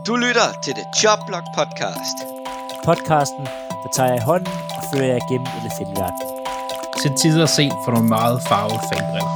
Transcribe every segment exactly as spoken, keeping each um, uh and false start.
Du lytter til The Chop Block Podcast. Podcasten, der tager jeg i hånden og fører jer gennem N F L-verden. Til tider set for nogle meget farvede fanbriller.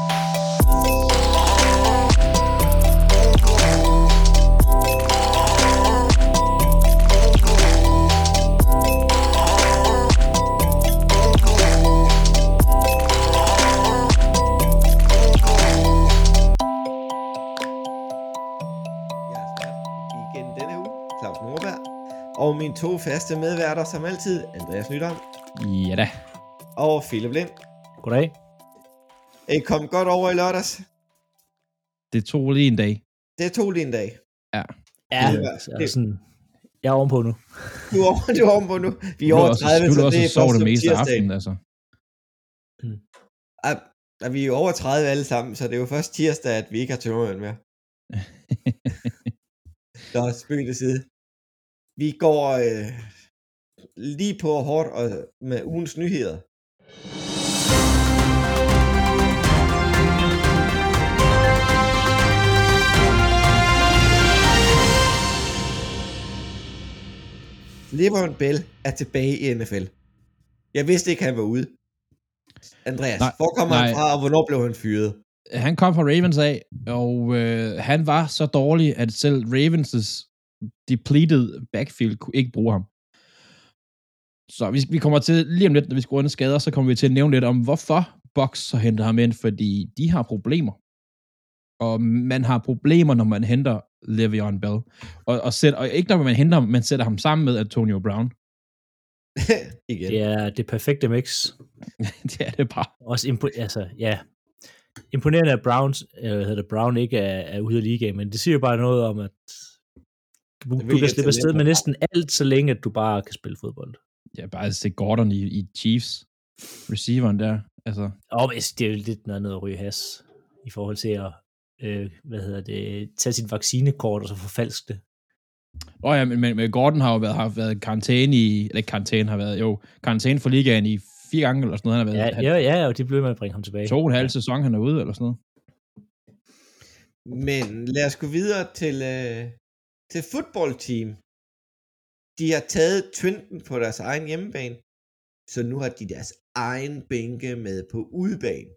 Og mine to faste medværter, som altid, Andreas Nydam. Ja da. Og Philip Lind. Goddag. I kom godt over i lørdags. Det tog lige en dag. Det tog lige en dag. Ja. Ja, det, det, det, sådan, jeg er ovenpå nu. Du er, over, du er ovenpå nu. Vi er over tredive, så det er først det meste af aftenen, altså. Hmm. Ah, ah, vi er over tredive alle sammen, så det er jo først tirsdag, at vi ikke har tømmermænd mere. Så spøg til side. Vi går øh, lige på hårdt og med ugens nyheder. Le'Veon Bell er tilbage i N F L. Jeg vidste ikke, han var ude. Andreas, nej, hvor kommer nej. han fra, og hvornår blev han fyret? Han kom fra Ravens af, og øh, han var så dårlig, at selv Ravens' depleted backfield kunne ikke bruge ham. Så vi, vi kommer til, lige om lidt, når vi skal runde skader, så kommer vi til at nævne lidt om, hvorfor Bucs så henter ham ind, fordi de har problemer. Og man har problemer, når man henter Le'Veon Bell. Og, og, sæt, og ikke når man henter ham, man sætter ham sammen med Antonio Brown. Igen. Det er det perfekte mix. Det er det bare. Også impo- altså, ja. Imponerende, at Browns, øh, hedder Brown ikke er, er ude af ligaen, men det siger jo bare noget om, at Du, du kan slippe afsted med næsten alt, så længe at du bare kan spille fodbold. Ja, bare se Gordon i, i Chiefs, receiveren der. Altså. Og det er jo lidt noget andet at ryge has, i forhold til at, øh, hvad hedder det, tage sit vaccinekort og så forfalske det. Åh oh ja, men, men Gordon har jo været, har været karantæne i, eller ikke karantæne har været, jo, karantæne for ligaen i fire gange, eller sådan noget, han har været. Ja, ja, ja, og de blev med at bringe ham tilbage. To og en halv sæson, han er ude, eller sådan noget. Men lad os gå videre til... Øh til fodboldteam. De har taget Trenton på deres egen hjemmebane, så nu har de deres egen bænke med på udebane.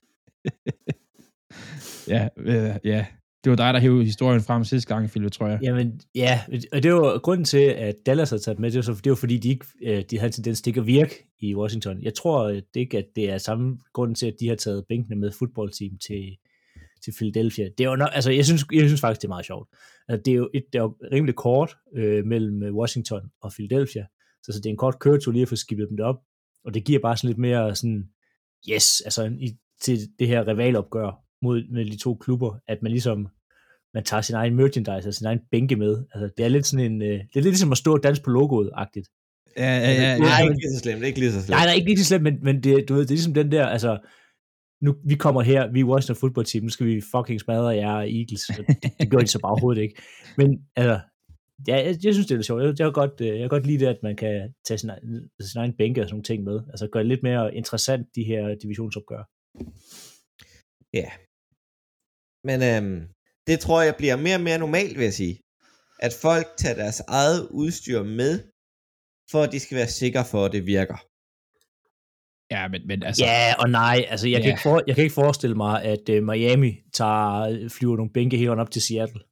ja, øh, ja. Det var dig, der hævde historien frem sidste gang, Philip, tror jeg. Jamen, ja, og det var grunden til, at Dallas har taget med, det var, så, det var fordi, de ikke de havde en tendens til ikke at virke i Washington. Jeg tror det ikke, at det er samme grund til, at de har taget bænkene med fodboldteam til til Philadelphia. Det er jo nok, altså jeg synes, jeg synes faktisk, det er meget sjovt. Altså, det er jo et, det er jo rimelig kort øh, mellem Washington og Philadelphia, så, så det er en kort køretur lige at få skibet dem derop, og det giver bare sådan lidt mere sådan, yes, altså i, til det her rivalopgør mod med de to klubber, at man ligesom, man tager sin egen merchandise og sin egen bænke med. Altså det er lidt sådan en, øh, det er lidt ligesom at stå og danse på logoet-agtigt. Ja, ja, ja. ja. Nej, ikke lige så slemt, ikke lige så slemt. Nej, nej, ikke lige så slemt, men, men det, du ved, det er ligesom den der, altså, nu, vi kommer her, vi er Washington Football Team, nu skal vi fucking smadre jer Eagles, det, det gør de så bare overhovedet ikke. Men altså, ja, jeg, jeg synes, det er lidt sjovt. Jeg, jeg, kan godt, jeg kan godt lide det, at man kan tage sin, sin egen bænke og sådan nogle ting med. Altså gøre det lidt mere interessant, de her divisionsopgør. Ja. Men øhm, det tror jeg bliver mere og mere normalt, vil jeg sige. At folk tager deres eget udstyr med, for at de skal være sikre for, at det virker. Ja, men, men altså... Ja, og nej, altså jeg, ja. kan ikke for, jeg kan ikke forestille mig, at uh, Miami tager, flyver nogle bænke helt op til Seattle.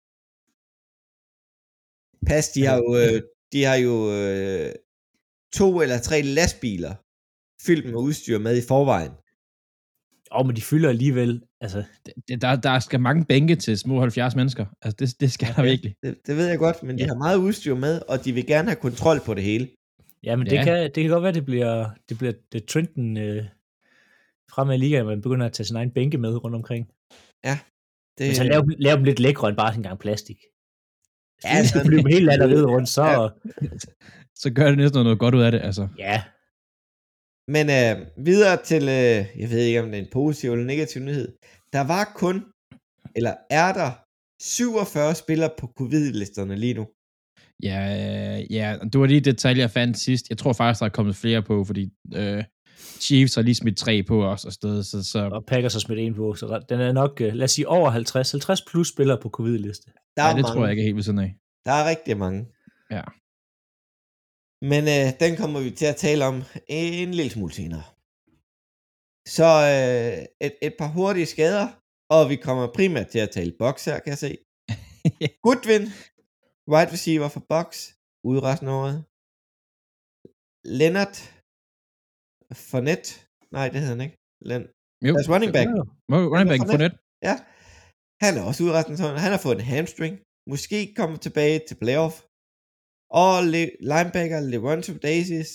Pas, de har jo, øh, de har jo øh, to eller tre lastbiler fyldt med udstyr med i forvejen. Åh, oh, men de fylder alligevel, altså... Det, der, der skal mange bænke til små halvfjerds mennesker. Altså, det, det skal der virkelig. Det, det ved jeg godt, men ja. De har meget udstyr med, og de vil gerne have kontrol på det hele. Ja, men ja. Det, kan, det kan godt være, det bliver, det bliver det trenden øh, fremme i ligaen, at man begynder at tage sin egen bænke med rundt omkring. Ja. Det... Men så lav, lav dem lidt lækre end bare en gang plastik. Ja, så bliver dem helt allerede rundt, så... Ja. Så gør det næsten noget godt ud af det, altså. Ja. Men øh, videre til, øh, jeg ved ikke, om det er en positiv eller negativ nyhed. Der var kun, eller er der syvogfyrre spillere på covid-listerne lige nu. Ja, ja, det var lige det detalje, jeg fandt sidst. Jeg tror faktisk, der er kommet flere på, fordi øh, Chiefs har lige smidt tre på os og sted. Så, så... Og Packers har smidt en på, så den er nok, lad os sige, over halvtreds. halvtreds plus spillere på covid-liste. Der ja, det mange. Tror jeg ikke er helt ved sådan af. Der er rigtig mange. Ja. Men øh, den kommer vi til at tale om en lille smule senere. Så øh, et, et par hurtige skader, og vi kommer primært til at tale boks her, kan jeg se. Goodwin, wide receiver for Bucks, ude resten af året. Leonard Fournette, nej, det hedder han ikke. Len- Jo. Deres running back. Oh, running back for net. Ja, han er også ude resten af året. Han har fået en hamstring. Måske kommer tilbage til playoff. Og le- linebacker Levante Daisies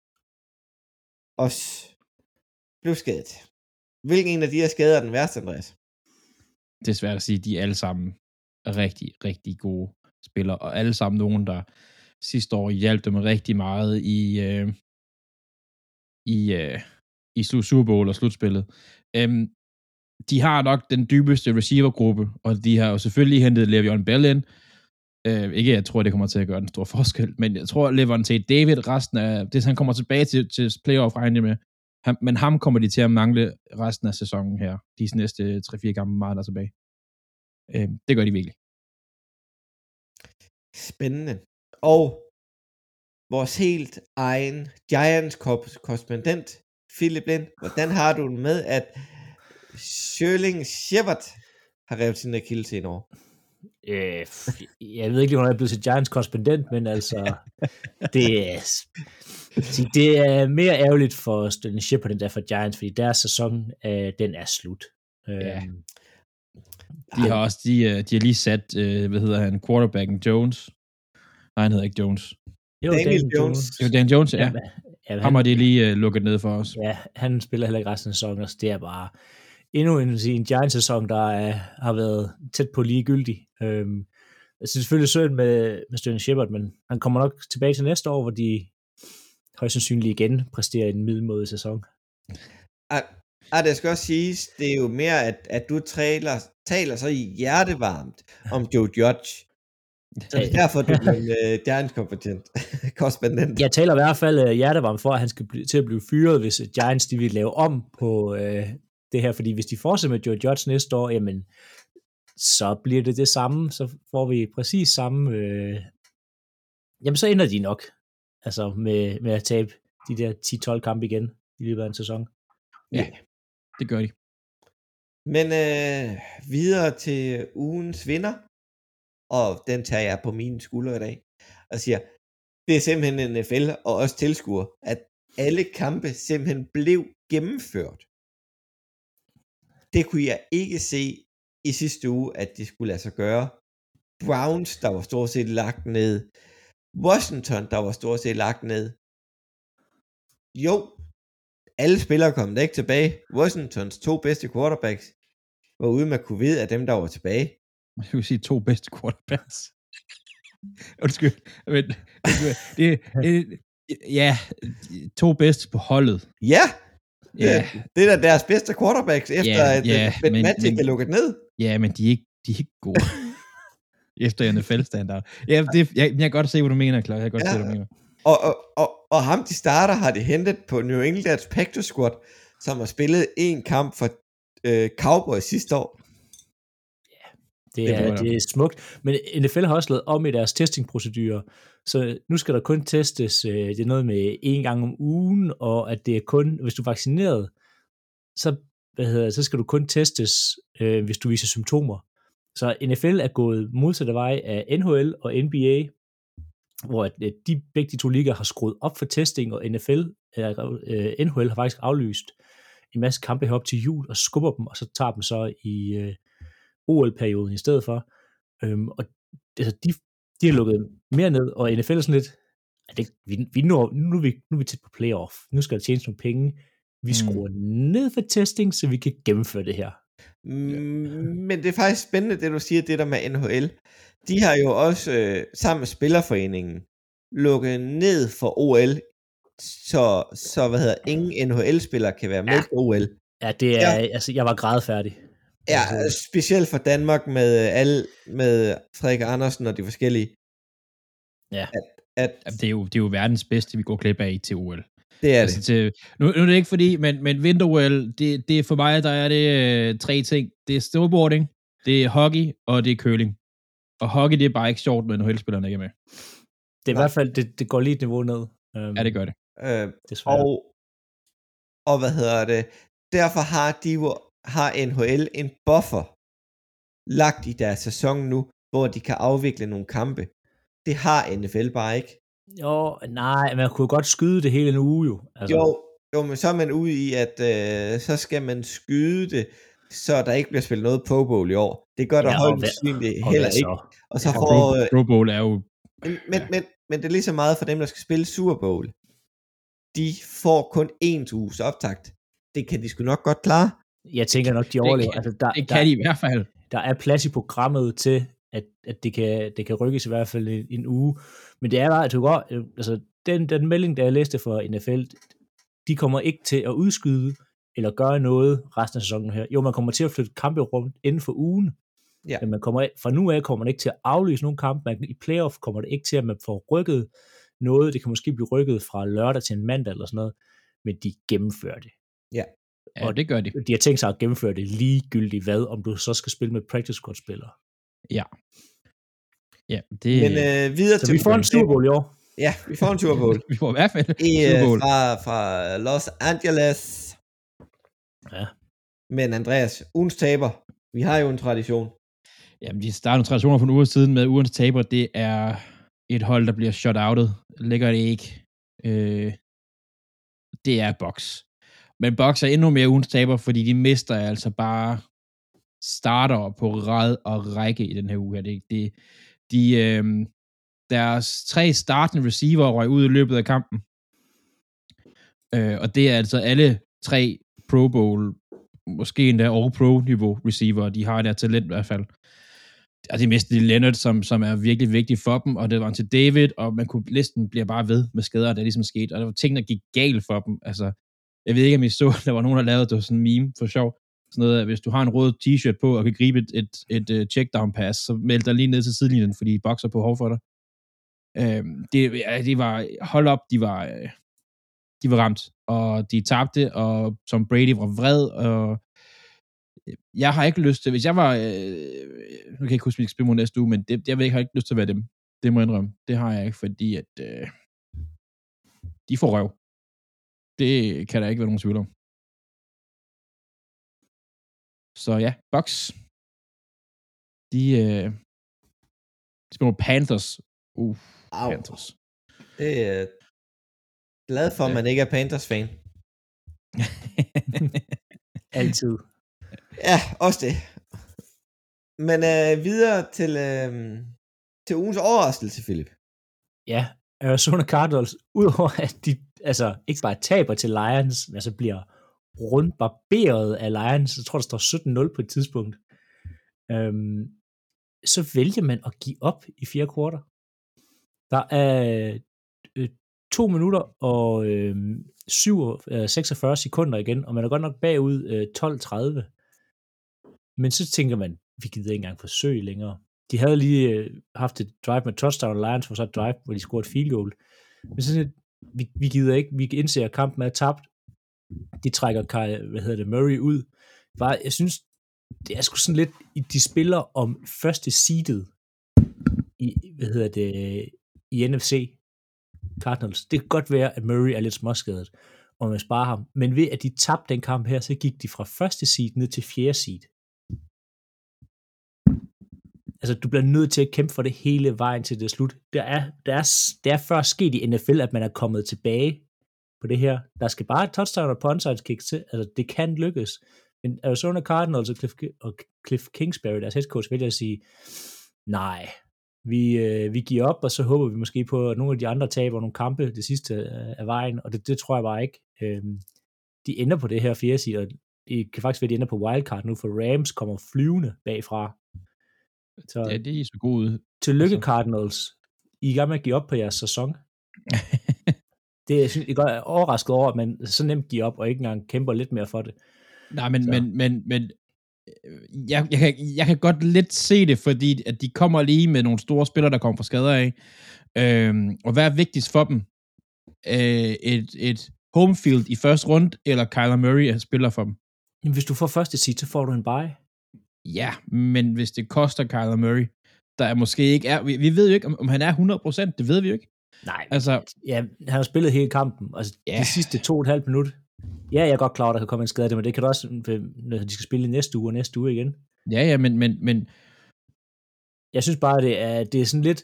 også blev skadet. Hvilken en af de her skader er den værste, Andreas? Det er svært at sige, de er alle sammen rigtig, rigtig gode spillere, og alle sammen nogen, der sidste år hjalp dem rigtig meget i, øh, i, øh, i Super Bowl og slutspillet. Øhm, de har nok den dybeste receivergruppe, og de har jo selvfølgelig hentet Le'Veon Bell ind. Øh, ikke, jeg tror, det kommer til at gøre en stor forskel, men jeg tror, Levante David resten af, det han kommer tilbage til, til playoff, regner med, han, men ham kommer de til at mangle resten af sæsonen her, de næste tre fire gamle meget der tilbage. Øh, det gør de virkelig. Spændende. Og vores helt egen Giants-korrespondent, Philip Lind, hvordan har du det med, at Sterling Shepard har revet sin akillescene over? Øh, jeg ved ikke lige, om han er blevet til Giants korrespondent, men altså, det er, det er mere ærgerligt for Sterling Shepard end der for Giants, fordi deres sæson, øh, den er slut. Ja. Øh, De har også, de, de har lige sat, øh, hvad hedder han, quarterbacken Jones. Nej, han hedder ikke Jones. Jo, Daniel Daniel Jones. Jones. Jo, Dan Jones, ja. Ja, ja, Ham har han, de lige uh, lukket ned for os. ja, han spiller heller ikke resten af sæsonen, så det er bare endnu en, en Giants-sæson, der er, har været tæt på ligegyldig. Øhm, jeg synes selvfølgelig synd med, med Sterling Shepard, men han kommer nok tilbage til næste år, hvor de højst sandsynligt igen præsterer en middelmådig sæson. Ah, ah, det skal også siges, det er jo mere, at, at du taler, taler så hjertevarmt om Joe Judge. Så det er derfor, du er en uh, Giants-kompetent korrespondent. Jeg taler i hvert fald uh, hjertevarmt for, at han skal blive, til at blive fyret, hvis Giants de vil lave om på uh, det her, fordi hvis de fortsætter med Joe Judge næste år, jamen, så bliver det det samme, så får vi præcis samme, uh, jamen så ender de nok, altså med, med at tabe de der ti tolv kampe igen i løbet af en sæson. Ja, det gør de. Men uh, videre til ugens vinder, og den tager jeg på mine skuldre i dag, og siger, det er simpelthen N F L og også tilskuer, at alle kampe simpelthen blev gennemført. Det kunne jeg ikke se i sidste uge, at de skulle lade sig gøre. Browns, der var stort set lagt ned. Washington, der var stort set lagt ned. Jo, alle spillere kom der ikke tilbage. Washingtons to bedste quarterbacks var ude med covid af dem, der var tilbage. Jeg vil sige to bedste quarterbacks. Undskyld, men det, det, ja, to bedste på holdet. Ja, Ja. det, det er da deres bedste quarterbacks, efter Ja, at ja, Ben men- Magic men- er lukket ned. Ja, men de er ikke, de er ikke gode. Efter N F L-standard. Ja, det, jeg, jeg kan godt se, hvad du mener, Clark. Jeg kan godt Ja. se, hvad du mener. Og, og, og, og ham, de starter, har de hentet på New Englands Packers squad, som har spillet en kamp for øh, Cowboys sidste år. Det Det er, må jeg det er smukt, men N F L har også lavet om i deres testingprocedurer, så nu skal der kun testes, øh, det er noget med en gang om ugen, og at det er kun, hvis du er vaccineret, så, hvad hedder, det, så skal du kun testes, øh, hvis du viser symptomer. Så N F L er gået modsatte vej af N H L og N B A, hvor at, at de begge de to ligaer har skruet op for testing, og N F L, øh, N H L har faktisk aflyst en masse kampe herop til jul, og skubber dem, og så tager dem så i øh, O L-perioden i stedet for. Øhm, og altså, de, de har lukket mere ned, og N F L er sådan lidt, at det, vi, vi nu, nu, er vi, nu er vi tæt på playoff. Nu skal der tjenes nogle penge. Vi skruer mm. ned for testing, så vi kan gennemføre det her. Mm, men det er faktisk spændende, det du siger, det der med N H L. De har jo også, øh, sammen med Spillerforeningen, lukket ned for O L, så, så hvad hedder, ingen N H L-spillere kan være med Ja. på O L. Ja, det er, ja. altså, jeg var gradfærdig. Ja, Altså, specielt for Danmark med alle, med Frederik Andersen og de forskellige. Ja. At, at Jamen, det, er jo, det er jo verdens bedste, vi går glip af til O L. det er Altså det. til, nu, nu er det ikke fordi, men, men vinter-O L, det, det er for mig, der er det øh, tre ting. Det er snowboarding, det er hockey, og det er curling. Og hockey, det er bare ikke sjovt, når N H L-spillerne ikke er med. Det er i hvert fald, det, det går lige et niveau ned. Um, Ja, det gør det. Øh, desværre. og, og hvad hedder det? Derfor har de jo, har N H L en buffer lagt i deres sæson nu, hvor de kan afvikle nogle kampe. Det har N F L bare ikke. Jo, nej, man kunne godt skyde det hele en uge jo. Altså, Jo, jo, men så er man ude i, at øh, så skal man skyde det, så der ikke bliver spillet noget Pro Bowl i år. Det gør der Ja, højst og hvad- sandsynligt og heller hvad så? ikke. Og så Og får... Pro, øh, Pro Bowl er jo... Men, men, men, men det er lige så meget for dem, der skal spille Super Bowl. De får kun én uges optakt. Det kan de sgu nok godt klare. Jeg tænker nok, de overlever. kan- Altså, der, Det der, kan de i hvert fald. der er plads i programmet til, at, at det, kan, det kan rykkes i hvert fald en, en uge. Men det er bare, at du går, altså, den, den melding, der jeg læste for N F L, de kommer ikke til at udskyde eller gøre noget resten af sæsonen her. Jo, man kommer til at flytte kampe rundt inden for ugen. Ja. Men man kommer, fra nu af kommer man ikke til at aflyse nogen kamp. Man, I playoff kommer det ikke til, at man får rykket noget. Det kan måske blive rykket fra lørdag til en mandag eller sådan noget. Men de gennemfører det. Ja. Ja, det gør de. De har tænkt sig at gennemføre det ligegyldigt hvad, om du så skal spille med practice squad spillere. Ja. Ja, det... Men øh, videre Så til... vi får en Super Bowl i år. Ja, vi får en Super Bowl. vi får i hvert fald I, Super øh, Bowl. fra, fra Los Angeles. Ja. Men Andreas, ugens taber. Vi har jo en tradition. Jamen, de startede nogle traditioner for nogle uger siden med ugens taber. Det er et hold, der bliver shut-outet. Ligger det ikke. Øh, det er Bucks. Men Bucks er endnu mere ugens taber, fordi de mister altså bare starter på rad og række i den her uge. Det, det, de, øh, deres tre startende receiver røg ud i løbet af kampen. Øh, og det er altså alle tre Pro Bowl, måske endda All-Pro-niveau receiver. De har der talent i hvert fald. Og det mistede Leonard, som, som er virkelig vigtig for dem, og det var til David, og man kunne, listen bliver bare ved med skader, der ligesom skete, og der var ting, der gik galt for dem. Altså, jeg ved ikke, om I så, der var nogen, der lavede det var sådan en meme for sjov. Sådan noget, at hvis du har en rød t-shirt på, og kan gribe et, et, et, et check-down pass, så meld dig lige ned til sidelinjen, fordi bokser på hov for dig. Øhm, det, ja, det var, hold op, de var, de var ramt, og de tabte, og Tom Brady var vred, og jeg har ikke lyst til, hvis jeg var, øh, nu kan jeg ikke huske, at vi skal spille mod næste uge, men det, jeg har ikke lyst til at være dem. Det må jeg indrømme. Det har jeg ikke, fordi at øh, de får røv. Det kan der ikke være nogen tvivl om. Så ja, Bucks. De, øh, de spiller Panthers. Uh, Au. Panthers. Det er glad for, at man ikke er Panthers-fan. Altid. Ja, også det. Men øh, videre til, øh, til ugens overraskelse, Philip. Ja, Arizona Cardinals, udover at de altså ikke bare taber til Lions, men altså bliver rundt barberet af Lions, jeg tror, der står sytten nul på et tidspunkt, øhm, så vælger man at give op i fjerde kvartal. Der er øh, to minutter og øh, syv, øh, seksogfyrre sekunder igen, og man er godt nok bagud øh, tolv tredive. Men så tænker man, vi gider ikke engang forsøge længere. De havde lige øh, haft et drive med touchdown, Lions var så et drive, hvor de scorede et field goal. Men så vi, vi gider ikke, vi indser, at kampen er tabt. De trækker Kyle, hvad hedder det, Murray ud. Bare, jeg synes, det er sgu sådan lidt, de spiller om første seedet i, hvad hedder det, i N F C Cardinals. Det kan godt være, at Murray er lidt småskadet, og man sparer ham. Men ved at de tabte den kamp her, så gik de fra første seed ned til fjerde seed. Altså, du bliver nødt til at kæmpe for det hele vejen til det slut. Der er, der er, det er først sket i N F L, at man er kommet tilbage på det her. Der skal bare et touchdown og onside kick til. Altså, det kan lykkes. Men Arizona Cardinals og Cliff, og Cliff Kingsbury, deres head coach, vælger at sige, nej, vi, øh, vi giver op, og så håber vi måske på, at nogle af de andre taber nogle kampe det sidste øh, af vejen, og det, det tror jeg bare ikke. Øhm, de ender på det her fjerde seed, og det kan faktisk være, at de ender på wildcard nu, for Rams kommer flyvende bagfra. Så ja, det er så god ud. tillykke altså. Cardinals. I er i gang med at give op på jeres sæson. Det er, jeg synes, jeg er overrasket over, at man så nemt giver op, og ikke engang kæmper lidt mere for det. Nej, men, så. men, men, men jeg, jeg, kan, jeg kan godt lidt se det, fordi at de kommer lige med nogle store spillere, der kommer fra skader af. Øhm, og hvad er vigtigst for dem? Øh, et, et home field i første runde, eller Kyler Murray er spiller for dem? Jamen, hvis du får første seed, så får du en bye. Ja, men hvis det koster Kyler Murray, der måske ikke er, vi, vi ved jo ikke, om, om han er hundrede procent, det ved vi jo ikke. Nej, altså, ja, han har spillet hele kampen, altså yeah. de sidste to og et halvt minut. Ja, jeg er godt klar, at der kan komme en skade af det, men det kan du også, når de skal spille næste uge og næste uge igen. Ja, ja, men, men, men jeg synes bare, det er, det er sådan lidt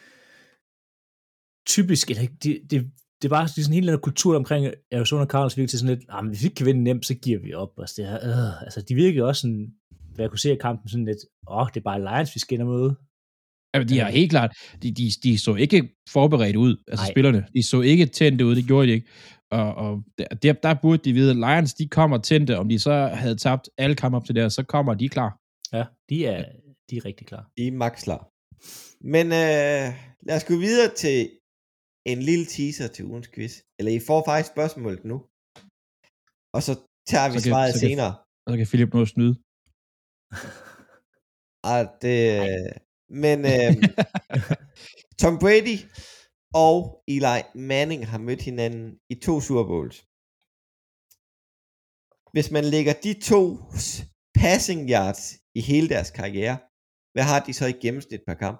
typisk, eller det, det, det er bare sådan hele den kultur omkring Arizona Cardinals virker til sådan lidt, ah, men hvis vi ikke kan vinde nemt, så giver vi op. Altså, det er, øh, altså de virker også sådan, hvad jeg kunne se af kampen, sådan lidt, åh, oh, det er bare Lions, vi skal ind og møde. Ja, de har helt klart, de, de, de så ikke forberedt ud, altså Ej. spillerne. De så ikke tændte ud, det gjorde de ikke. Og, og der, der burde de vide, at Lions, de kommer tændte, om de så havde tabt alle kampe op til der, så kommer de klar. Ja, de er, de er rigtig klar. De er max klar. Men øh, lad os gå videre til en lille teaser til ugens quiz. Eller I får faktisk spørgsmålet nu. Og så tager vi så kan, svaret så senere. Kan, og så kan Philip nå at snyde. Ej, det... Men øh, Tom Brady og Eli Manning har mødt hinanden i to Super Bowls. Hvis man lægger de to passing yards i hele deres karriere, hvad har de så i gennemsnit per kamp?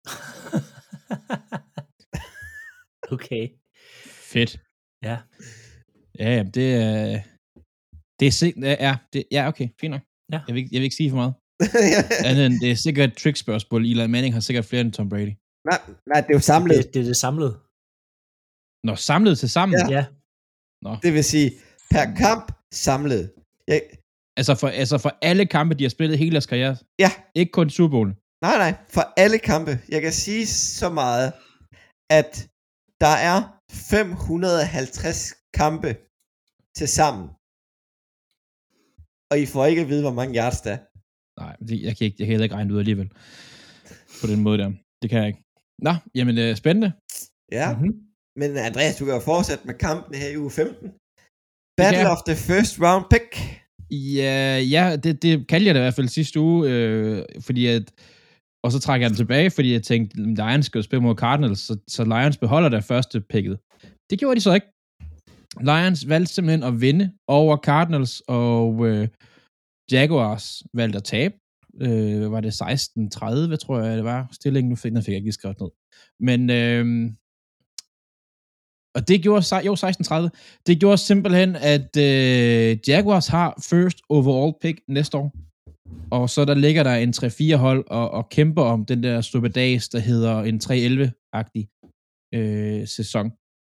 Okay. Fedt. Ja. Ja, det er... Det er sikkert... Ja, det, ja, okay. Fint nok. Ja. Jeg, vil, jeg vil ikke sige for meget. Andet end, det er sikkert et trick-spørgsmål. Eli Manning har sikkert flere end Tom Brady. Nej, nej, det er jo samlet. Det, det er det samlede. Nå, samlet til sammen? Ja. Ja. Nå. Det vil sige, per kamp samlet. Jeg... Altså, for, altså for alle kampe, de har spillet hele deres karriere? Ja. Ikke kun Super Bowl? Nej, nej. For alle kampe. Jeg kan sige så meget, at der er fem hundrede og halvtreds kampe til sammen. Og I får ikke at vide, hvor mange yards der er. Nej, jeg kan, ikke, jeg kan heller ikke regne det ud alligevel. På den måde der. Det kan jeg ikke. Nå, jamen øh, spændende. Ja, mm-hmm. Men Andreas, du kan jo fortsætte med kampen her i uge femten. Battle of the first round pick. Ja, ja det, det kaldte jeg det i hvert fald sidste uge, øh, fordi at, og så trækker jeg den tilbage, fordi jeg tænkte, Lions skal jo spille mod Cardinals, så, så Lions beholder der første picket. Det gjorde de så ikke. Lions valgte simpelthen at vinde over Cardinals, og øh, Jaguars valgte at tabe. Øh, var det seksten tredive, tror jeg, det var. Stillingen, nu fik, den fik jeg ikke lige skrevet ned. Men, øh, og det gjorde, jo, seksten tredive. Det gjorde simpelthen, at øh, Jaguars har first overall pick næste år. Og så der ligger der en tre fire hold og, og kæmper om den der stuppedags, der hedder en tre elleve-agtig øh, sæson.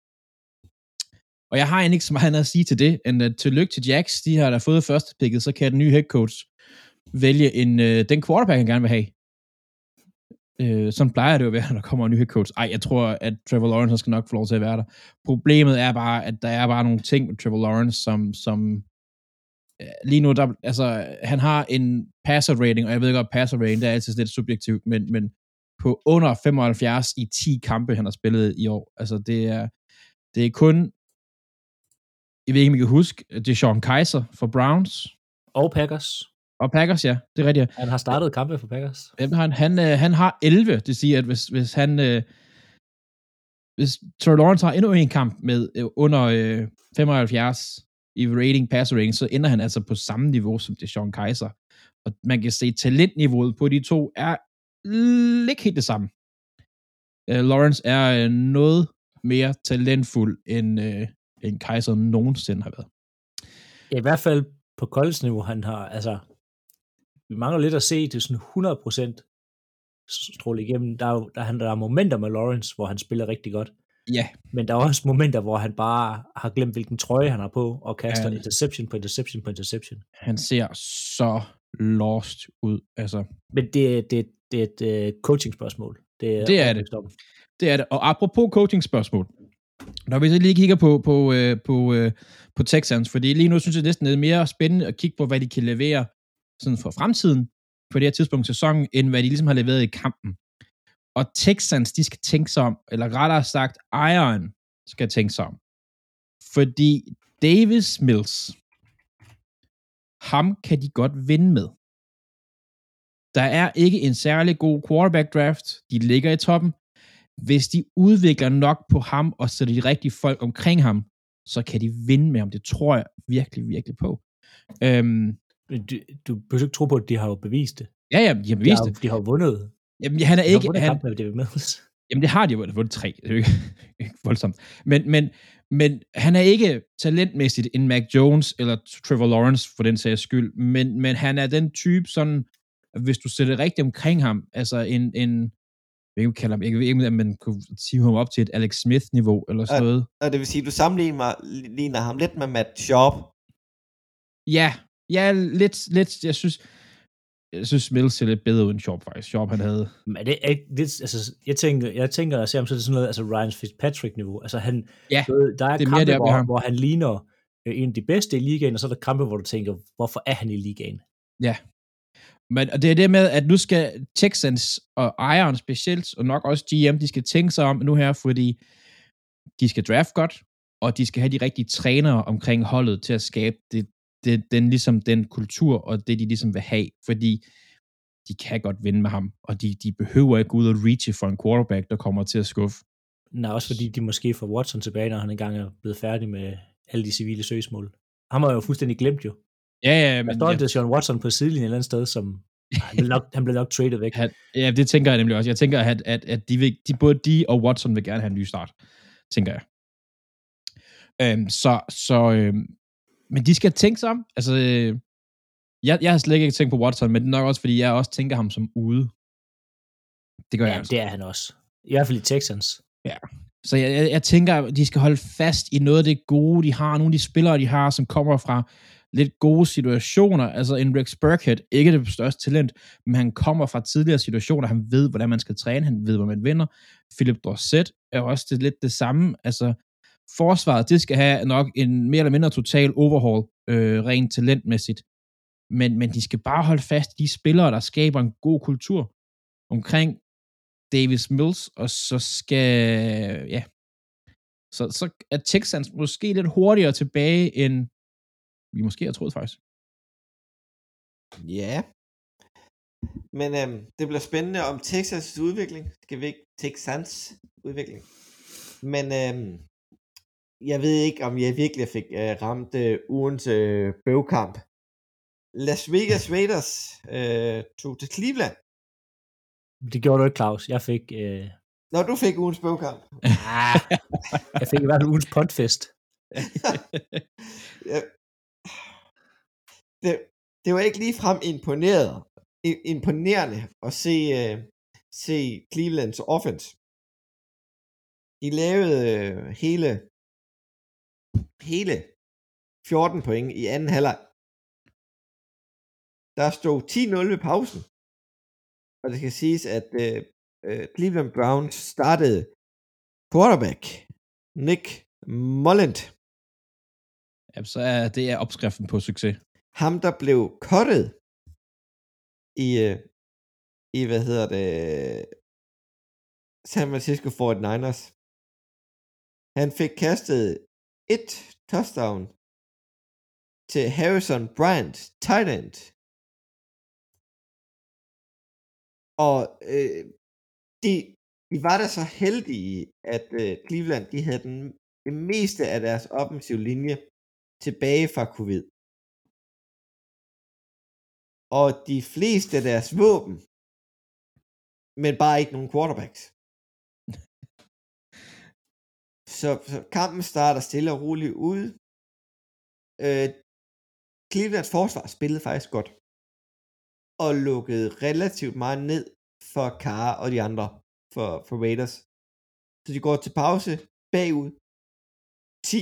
Og jeg har egentlig ikke så meget at sige til det, end at tillykke til Jags, de har da fået første picket, så kan den nye head coach vælge en, øh, den quarterback, han gerne vil have. Øh, sådan plejer det jo at være, når der kommer en ny head coach. Ej, jeg tror, at Trevor Lawrence skal nok få lov til at være der. Problemet er bare, at der er bare nogle ting med Trevor Lawrence, som, som øh, lige nu, der, altså, han har en passer rating, og jeg ved godt, passer rating, det er altid lidt subjektivt, men, men på under femoghalvfjerds i ti kampe, han har spillet i år. Altså, det er, det er kun, jeg ved ikke, om I kan huske, det er Sean Kaiser for Browns. Og Packers. Og Packers, ja, det er rigtigt. Han har startet kampe for Packers. Han, han, øh, han har elleve, det vil sige, at hvis, hvis han, øh, hvis Trevor Lawrence har endnu en kamp med øh, under øh, femoghalvfjerds i rating, passer rating, så ender han altså på samme niveau som det Sean Kaiser. Og man kan se, talentniveauet på de to er ikke helt det samme. Øh, Lawrence er øh, noget mere talentfuld, end, øh, end Kaiser nogensinde har været. Ja, i hvert fald på college-niveau, han har, altså, vi mangler lidt at se det sådan hundrede procent stråle igennem. Der er, der, der er momenter med Lawrence, hvor han spiller rigtig godt. Ja. Men der er også momenter, hvor han bare har glemt, hvilken trøje han har på, og kaster ja. interception på interception på interception. Han ser så lost ud, altså. Men det, det, det er et uh, coaching-spørgsmål. Det er det. Er det. det er det. Og apropos coaching-spørgsmål, når vi så lige kigger på, på, øh, på, øh, på Texans, fordi lige nu synes jeg næsten, det er mere spændende at kigge på, hvad de kan levere sådan for fremtiden på det her tidspunkt i sæsonen, end hvad de ligesom har leveret i kampen. Og Texans, de skal tænke sig om, eller rettere sagt, ejeren skal tænke sig om. Fordi Davis Mills, ham kan de godt vinde med. Der er ikke en særlig god quarterback draft. De ligger i toppen. Hvis de udvikler nok på ham, og sætter de rigtige folk omkring ham, så kan de vinde med ham. Det tror jeg virkelig, virkelig på. Øhm, du, du behøver ikke tro på, at de har jo bevist det. Ja, ja, de har bevist de har, det. De har vundet Jamen, han er ikke... Han, Han, kamp med David Mills. jamen, det har de jo vundet tre. Det er jo ikke, ikke voldsomt. Men, men, men han er ikke talentmæssigt en Mac Jones eller Trevor Lawrence, for den sags skyld. Men, men han er den type sådan, hvis du sætter rigtigt omkring ham, altså en... en jeg ved ikke, kalder ham, jeg ved ikke, om man kunne sige ham op til et Alex Smith-niveau, eller sådan noget. Og det vil sige, at du sammenligner ham lidt med Matt Schaub. Ja, ja, lidt, lidt, jeg synes, jeg synes Mills ser lidt bedre ud end Schaub, faktisk. Schaub, han havde... Men det er ikke, det, altså, jeg tænker, jeg tænker at se ham så er det sådan noget, altså Ryan Fitzpatrick-niveau. Altså han, Ja, der er, det er kampe, mere der, hvor, ham. hvor han ligner en af de bedste i ligaen, og så er der kampe, hvor du tænker, hvorfor er han i ligaen? Ja. Men og det er det med, at nu skal Texans og ejeren specielt, og nok også G M, de skal tænke sig om nu her, fordi de skal draft godt, og de skal have de rigtige trænere omkring holdet til at skabe det, det, den, ligesom den kultur, og det de ligesom vil have, fordi de kan godt vinde med ham, og de, de behøver ikke gå ud og reache for en quarterback, der kommer til at skuffe. Nej, også fordi de måske får Watson tilbage, når han engang er blevet færdig med alle de civile søgsmål. Han var jo fuldstændig glemt jo. Ja, ja, men... men... Der står ja. en Deshaun Watson på sidelinjen et eller andet sted, som... Han blev nok, han blev nok traded væk. Han, ja, det tænker jeg nemlig også. Jeg tænker, at, at, at de vil, de, både de og Watson vil gerne have en ny start, tænker jeg. Øhm, så, så øhm, men de skal tænke sig om. Altså, øh, jeg, jeg har slet ikke tænkt på Watson, men det er nok også, fordi jeg også tænker ham som ude. Det gør ja, jeg altså. Det er han også. I hvert fald i Texans. Ja. Så jeg, jeg, jeg tænker, at de skal holde fast i noget af det gode, de har. Nogle af de spillere, de har, som kommer fra lidt gode situationer. Altså en Rex Burkhead, ikke det største talent, men han kommer fra tidligere situationer. Han ved, hvordan man skal træne. Han ved, hvor man vinder. Philip Dorsett er også det, lidt det samme. Altså forsvaret, det skal have nok en mere eller mindre total overhaul, øh, rent talentmæssigt. Men, men de skal bare holde fast i de spillere, der skaber en god kultur omkring Davis Mills, og så skal, ja, så, så er Texans måske lidt hurtigere tilbage, end vi måske har troet faktisk. Ja. Men øhm, det bliver spændende om Texas udvikling. Skal vi ikke Texans udvikling? Men øhm, jeg ved ikke, om jeg virkelig fik øh, ramt øh, ugens øh, bøvkamp. Las Vegas Raiders øh, tog til Cleveland. Det gjorde du ikke, Claus. Jeg fik... Øh... Nå, du fik ugens bøvkamp. Ah, jeg fik i hvert fald ugens pontfest. ja. det, det var ikke ligefrem imponeret, imponerende at se, uh, se Clevelands offense. De lavede uh, hele, hele fjorten point i anden halvleg. Der stod ti nul ved pausen. Og det skal siges, at uh, uh, Cleveland Browns startede quarterback Nick Mullen. Ja, så er det er opskriften på succes. Ham, der blev cuttet i, i hvad hedder det, San Francisco forty-niners. Han fik kastet et touchdown til Harrison Bryant, tight end. Og øh, de, de var da så heldige, at øh, Cleveland, de havde den, det meste af deres offensive linje tilbage fra covid. Og de fleste af deres våben, men bare ikke nogen quarterbacks. så, så kampen starter stille og roligt ud. Øh, Clevelands forsvar spillede faktisk godt. Og lukkede relativt meget ned for Carr og de andre for, for Raiders. Så de går til pause bagud ti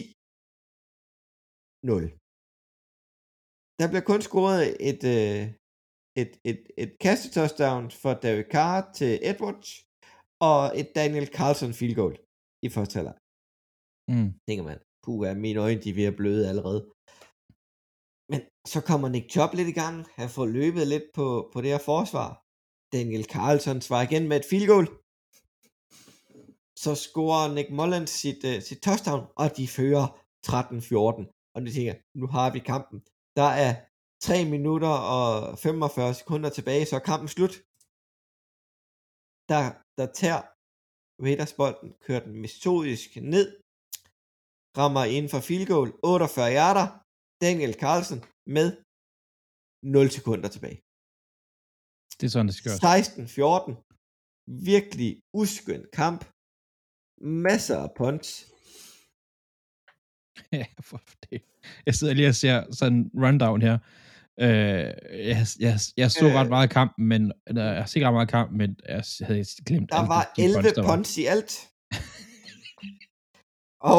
nul. Der bliver kun scoret et, øh, et, et, et kastetouchdown for Derek Carr til Edwards, og et Daniel Carlson field goal i første halvleg. Mm. Tænker man, puha, mine øjne, de er ved at bløde allerede. Men så kommer Nick Chubb lidt i gang. Han får løbet lidt på, på det her forsvar. Daniel Carlson svarer igen med et field goal. Så scorer Nick Mullins sit, uh, sit touchdown, og de fører tretten fjorten. Og de tænker, nu har vi kampen. Der er tre minutter og femogfyrre sekunder tilbage, så er kampen slut. Der, der tager Raiders bolden, kører den metodisk ned, rammer inden for field goal, otteogfyrre yarder, Daniel Carlson med nul sekunder tilbage. Det er sådan, det skal gøres. seksten fjorten, virkelig uskøn kamp. Masser af punts. Ja, for det. Jeg sidder lige og ser sådan en rundown her. Øh, jeg, jeg, jeg så Øh. ret meget af kampen, men eller, jeg har set ret meget af kampen, men jeg havde glemt Der alle var de- de elleve punts, der var. punts i alt. Og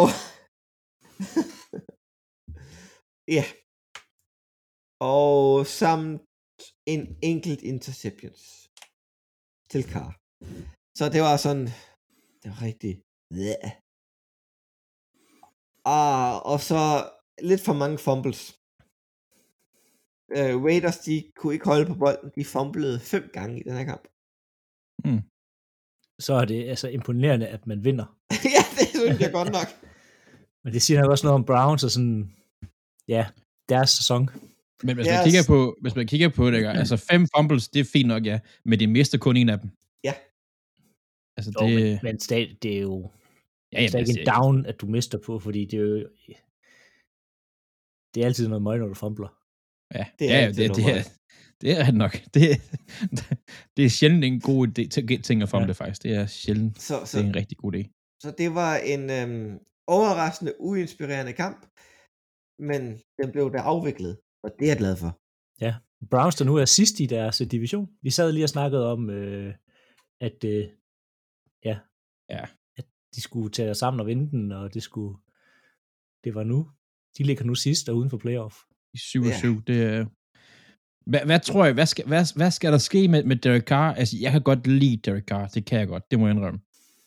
ja. Og samt en enkelt interceptions til Carr. Så det var sådan, det var rigtig. Yeah. Ah, og så lidt for mange fumbles. Uh, Raiders, de kunne ikke holde på bolden. De fumblede fem gange i den her kamp. Mm. Så er det altså imponerende, at man vinder. Ja, det synes jeg godt nok. Men det siger nok også noget om Browns og sådan, ja, deres sæson. Men hvis man Yes. kigger på, hvis man kigger på det, ikke? Altså fem fumbles, det er fint nok, ja, men det mister kun en af dem. Ja. Altså Jo, det... men, men stadig, det er jo ja, ja, det er ikke det en down, at du mister på, fordi det er jo det er altid noget møg, når du fumbler. Ja, Det det er er, ja, altid det, noget det, er, det er ret nok. Det, det er sjældent en god idé, ting at fumble, ja. faktisk. Det er sjældent. Så, så, Det er en rigtig god idé. så det var en øhm, overraskende, uinspirerende kamp, men den blev da afviklet, og det er jeg glad for. Ja, Browns, der nu er sidst i deres øh, division. Vi sad lige og snakkede om, øh, at, øh, ja, Ja. at de skulle tage sig sammen og vinde den, og det skulle, det var nu. De ligger nu sidst og uden for playoff. I syv og Ja. syv, det er... Hvad, hvad tror jeg, hvad skal, hvad, hvad skal der ske med, med Derek Carr? Altså, jeg kan godt lide Derek Carr, det kan jeg godt, det må jeg indrømme.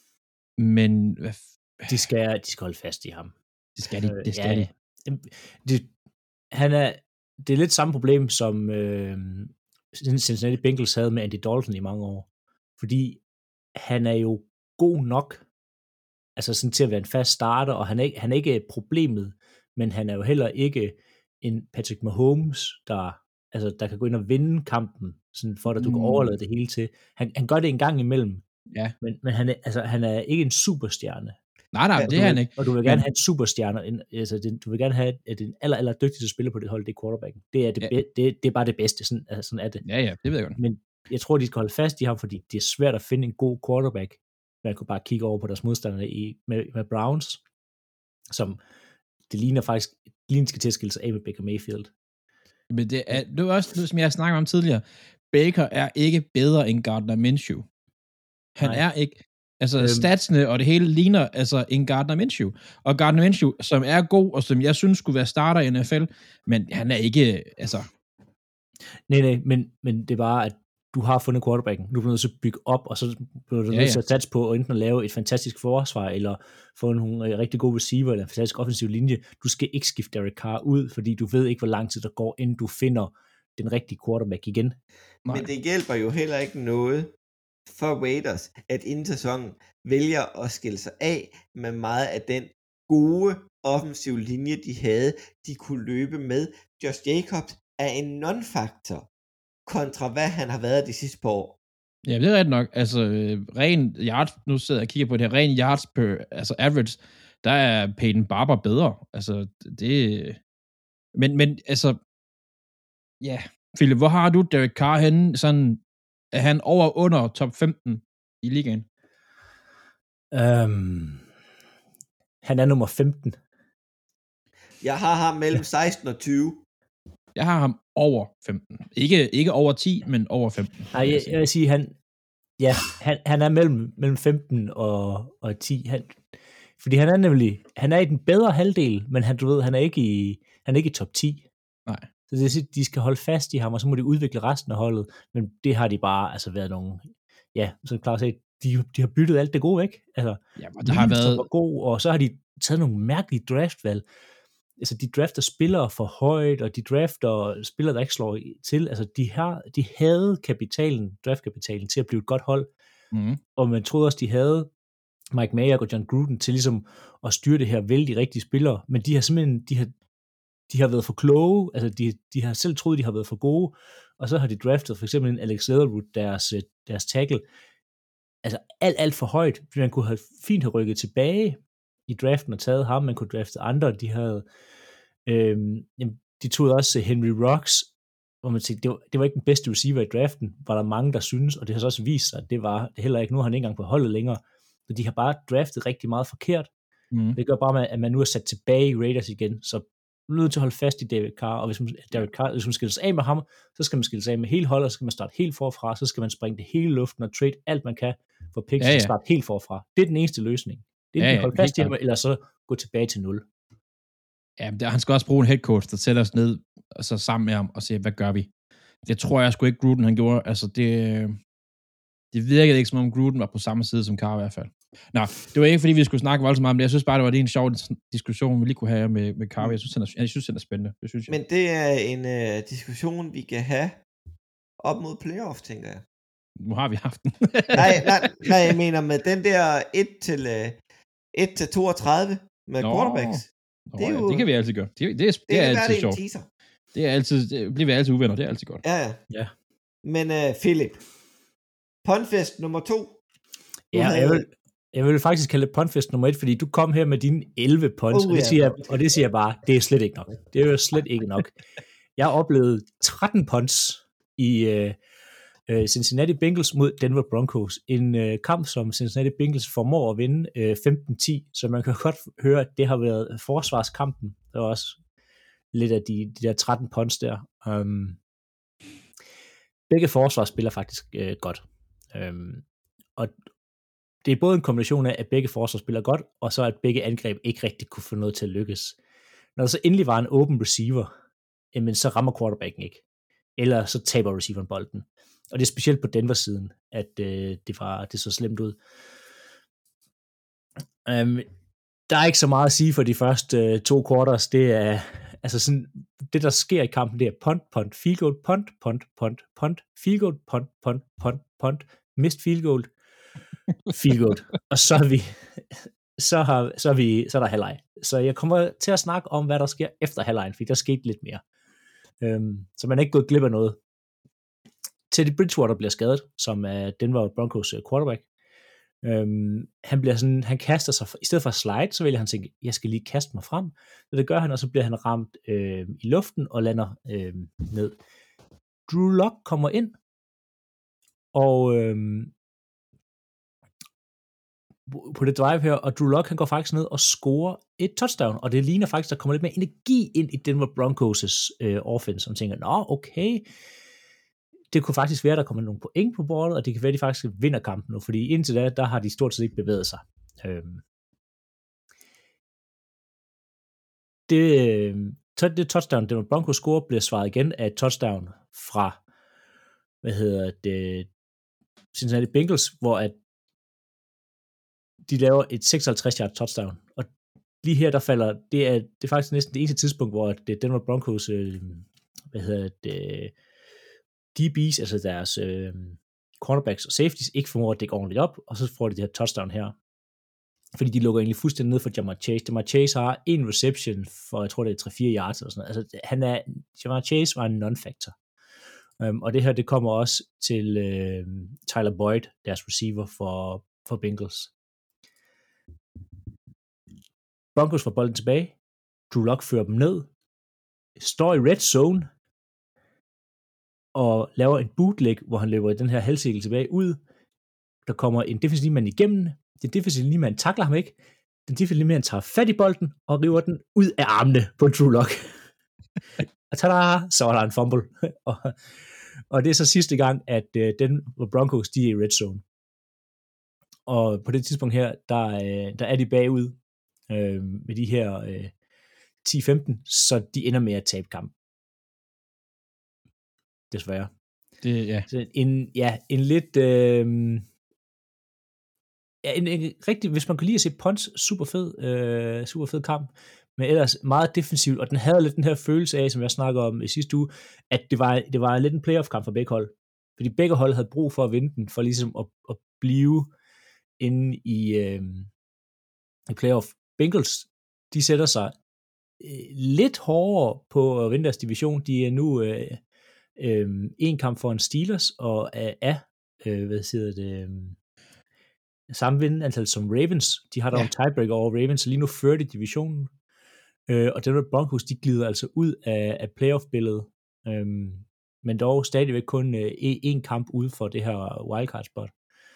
Men hvad, f- De skal, de skal holde fast i ham. det skal de, det skal ja, de. det, han er, det er lidt samme problem, som øh, Cincinnati Bengals havde med Andy Dalton i mange år. Fordi han er jo god nok, altså sådan til at være en fast starter, og han er, ikke, han er ikke problemet, men han er jo heller ikke en Patrick Mahomes, der, altså, der kan gå ind og vinde kampen, sådan for at du kan Mm. overlade det hele til. Han, han gør det en gang imellem, Ja. men, men han, er, altså, han er ikke en superstjerne. Nej, nej, Ja, det du er han vil, ikke. Og du vil gerne Men- have en superstjerne, en, altså den, du vil gerne have, at den aller, aller dygtigste spiller på det hold, det er quarterbacken. Det er, det, Ja. ja. det, det er bare det bedste, sådan, altså, sådan er det. Ja, ja, det ved jeg godt. Men jeg tror, de skal holde fast i ham, fordi det er svært at finde en god quarterback. Man kunne bare kigge over på deres modstandere i, med, med Browns, som det ligner faktisk, det ligner skal til at skille sig af med Baker Mayfield. Men det er, det er også, som jeg snakkede om tidligere, Baker er ikke bedre end Gardner Minshew. Han Nej. er ikke, altså Øhm. statsene og det hele ligner altså en Gardner Minshew. Og Gardner Minshew, som er god, og som jeg synes skulle være starter i N F L, men han er ikke, altså... Nej, nej, men, men det er bare, at du har fundet quarterbacken. Nu bliver du nødt til at bygge op, og så bliver du Ja, nødt til ja. at satse på at enten at lave et fantastisk forsvar, eller få nogle øh, rigtig gode receiver, eller en fantastisk offensiv linje. Du skal ikke skifte Derek Carr ud, fordi du ved ikke, hvor lang tid der går, inden du finder den rigtige quarterback igen. Nej. Men det hjælper jo heller ikke noget for Raiders, at inden sæsonen vælger at skille sig af med meget af den gode offensiv linje, de havde, de kunne løbe med. Josh Jacobs er en non-faktor kontra hvad han har været de sidste par år. Ja, det er ret nok. Altså, øh, ren yards, nu sidder jeg og kigger på det her, ren yards per, altså average, der er Peyton Barber bedre. Altså, det... Men, men altså, ja, Philip, hvor har du Derek Carr henne? Sådan, er han over og under top femten i ligaen? Um, han er nummer femten. Jeg har ham mellem seksten og tyve. Jeg har ham over femten. Ikke, ikke over ti, men over femten. Nej, jeg, jeg vil sige, han, ja, han, han er mellem, mellem femten og, og ti. Han, fordi han er nemlig, han er i den bedre halvdel, men han, du ved, han er ikke i, han er ikke i top ti. Nej. Så det vil sige, de skal holde fast i ham, og så må de udvikle resten af holdet. Men det har de bare altså været nogle, ja, som Claus sagde, de, de har byttet alt det gode væk. Altså, Ja, og der har Williams, været... var god, og så har de taget nogle mærkelige draftvalg. Altså, de drafter spillere for højt, og de drafter spillere, der ikke slår til. Altså, de, har, de havde kapitalen, draftkapitalen, til at blive et godt hold. Mm. Og man troede også, de havde Mike Mayock og John Gruden til ligesom at styre det her vældig rigtige spillere. Men de har simpelthen, de har, de har været for kloge, altså de, de har selv troet, de har været for gode, og så har de draftet for eksempel en Alex Leatherwood, deres, deres tackle, altså alt, alt for højt. Man kunne have fint have rykket tilbage i draften og taget ham, man kunne drafte andre, de havde, øhm, jamen, de tog også Henry Rocks, hvor man tænkte, det var, det var ikke den bedste receiver i draften, var der mange, der synes, og det har så også vist sig, at det var det heller ikke. Nu er han ikke engang på holdet længere, så de har bare draftet rigtig meget forkert. Mm. Det gør bare, at man nu er sat tilbage i Raiders igen, så man er nødt til at holde fast i David Carr, og hvis man, David Carr, hvis man skiller sig af med ham, så skal man skille sig af med hele holdet, så skal man starte helt forfra, så skal man springe det hele i luften og trade alt man kan for picks, ja, ja. Og starte helt forfra. Det er den eneste løsning. Det er ja, ja, holde fast i ham, eller så gå tilbage til nul. Ja, men der, han skal også bruge en head coach, der sætter os ned og så sammen med ham og siger, hvad gør vi? Det tror jeg sgu ikke Gruden han gjorde. Altså det, det virkede ikke som om Gruden var på samme side som Carr i hvert fald. Nå, det var ikke fordi vi skulle snakke voldsomt meget om det. Jeg synes bare det var det en sjov diskussion vi lige kunne have med, med Carr. Jeg synes den er, jeg synes, den er spændende. Det synes jeg. Men det er en uh, diskussion vi kan have op mod playoff, tænker jeg. Nu har vi haft den. nej, nej, nej, jeg mener med den der et til et til toogtredive med Nå, quarterbacks. Nå, det, er jo, ja, det kan vi altid gøre. Det, det, er, det, det er altid sjovt. Det er altid, det bliver vi altid uvenner, det er altid godt. Ja, ja. ja. Men uh, Philip, Punfest nummer to. Ja, havde... jeg, vil, jeg vil faktisk kalde det Punfest nummer et, fordi du kom her med dine elleve punts, oh, og, det siger jeg, og det siger jeg bare, det er slet ikke nok. Det er jo slet ikke nok. Jeg oplevede tretten punts i uh, uh, Cincinnati Bengals mod Denver Broncos. En uh, kamp, som Cincinnati Bengals formår at vinde uh, femten ti, så man kan godt høre, at det har været forsvarskampen. Der var også lidt af de, de der tretten punts der. Um, begge forsvar spiller faktisk uh, godt. Um, og det er både en kombination af, at begge forsvar spiller godt, og så at begge angreb ikke rigtig kunne få noget til at lykkes. Når der så endelig var en open receiver, jamen så rammer quarterbacken ikke. Eller så taber receiveren bolden. Og det er specielt på Denver-siden, at øh, det, var, det så slemt ud. Um, der er ikke så meget at sige for de første øh, to quarters. Det er altså sådan, det der sker i kampen, det er punt, punt, field goal, punt, punt, punt, punt, field goal, punt, punt, punt, punt, missed field goal, field goal. Og så er vi, så har, så er vi, så er der halvleg. Så jeg kommer til at snakke om, hvad der sker efter halvlejen, fordi der skete lidt mere. Um, så man er ikke gået glip af noget. Teddy Bridgewater bliver skadet, som er Denver Broncos quarterback. Um, han bliver sådan, han kaster sig, i stedet for at slide, så vælger han tænke, jeg skal lige kaste mig frem. Så det gør han, og så bliver han ramt øh, i luften og lander øh, ned. Drew Lock kommer ind, og øh, på det drive her, og Drew Lock, han går faktisk ned og scorer et touchdown, og det ligner faktisk, der kommer lidt mere energi ind i Denver Broncos' øh, offense, som tænker, nå, okay, det kunne faktisk være, der kommer nogle point på bordet, og det kan være, de faktisk vinder kampen nu, fordi indtil da, der har de stort set ikke bevæget sig. Øhm. Det, det touchdown, det var Broncos score, bliver svaret igen af et touchdown fra, hvad hedder det, Cincinnati Bengals, hvor at de laver et seksoghalvtreds yard touchdown, og lige her, der falder, det er, det er faktisk næsten det eneste tidspunkt, hvor det Denver Broncos, øh, hvad hedder det, D B's, altså deres øh, cornerbacks og safeties, ikke formår at dække ordentligt op, og så får de det her touchdown her. Fordi de lukker egentlig fuldstændig ned for Jamar Chase. Jamar Chase har en reception for, jeg tror det er tre fire yards eller sådan noget. Altså, han er, Jamar Chase var en non-factor. Um, og det her, det kommer også til øh, Tyler Boyd, deres receiver for, for Bengals. Broncos får bolden tilbage. Drew Lock fører dem ned. Står i red zone, og laver en bootleg, hvor han løber i den her halvcirkel tilbage ud. Der kommer en defensiv mand igennem. Den defensive mand takler ham ikke. Den defensive mand tager fat i bolden og river den ud af armene på Drew Lock. Og tada, så var der en fumble. og, og det er så sidste gang, at uh, den var Broncos, de er i red zone. Og på det tidspunkt her, der, uh, der er de bagud uh, med de her uh, ti femten, så de ender med at tabe kampen. Desværre. Det, ja. Så en, ja, en lidt øh, ja, en, en rigtig, hvis man kunne lide at se Punts, super fed, øh, super fed kamp, men ellers meget defensivt, og den havde lidt den her følelse af, som jeg snakker om i sidste uge, at det var, det var lidt en playoff-kamp for begge hold, fordi begge hold havde brug for at vinde den, for ligesom at, at blive inde i, øh, i playoff. Bengals, de sætter sig øh, lidt hårdere på at vinde deres division, de er nu øh, Øhm, en kamp for en Steelers, og er, er øh, hvad siger det, øh, samme vindantal som Ravens. De har der ja. en tiebreaker over Ravens, så lige nu fører de divisionen. Øh, og Denver Broncos, de glider altså ud af, af playoff-billedet. Øhm, men dog stadigvæk kun øh, én kamp ude for det her wildcard-spot.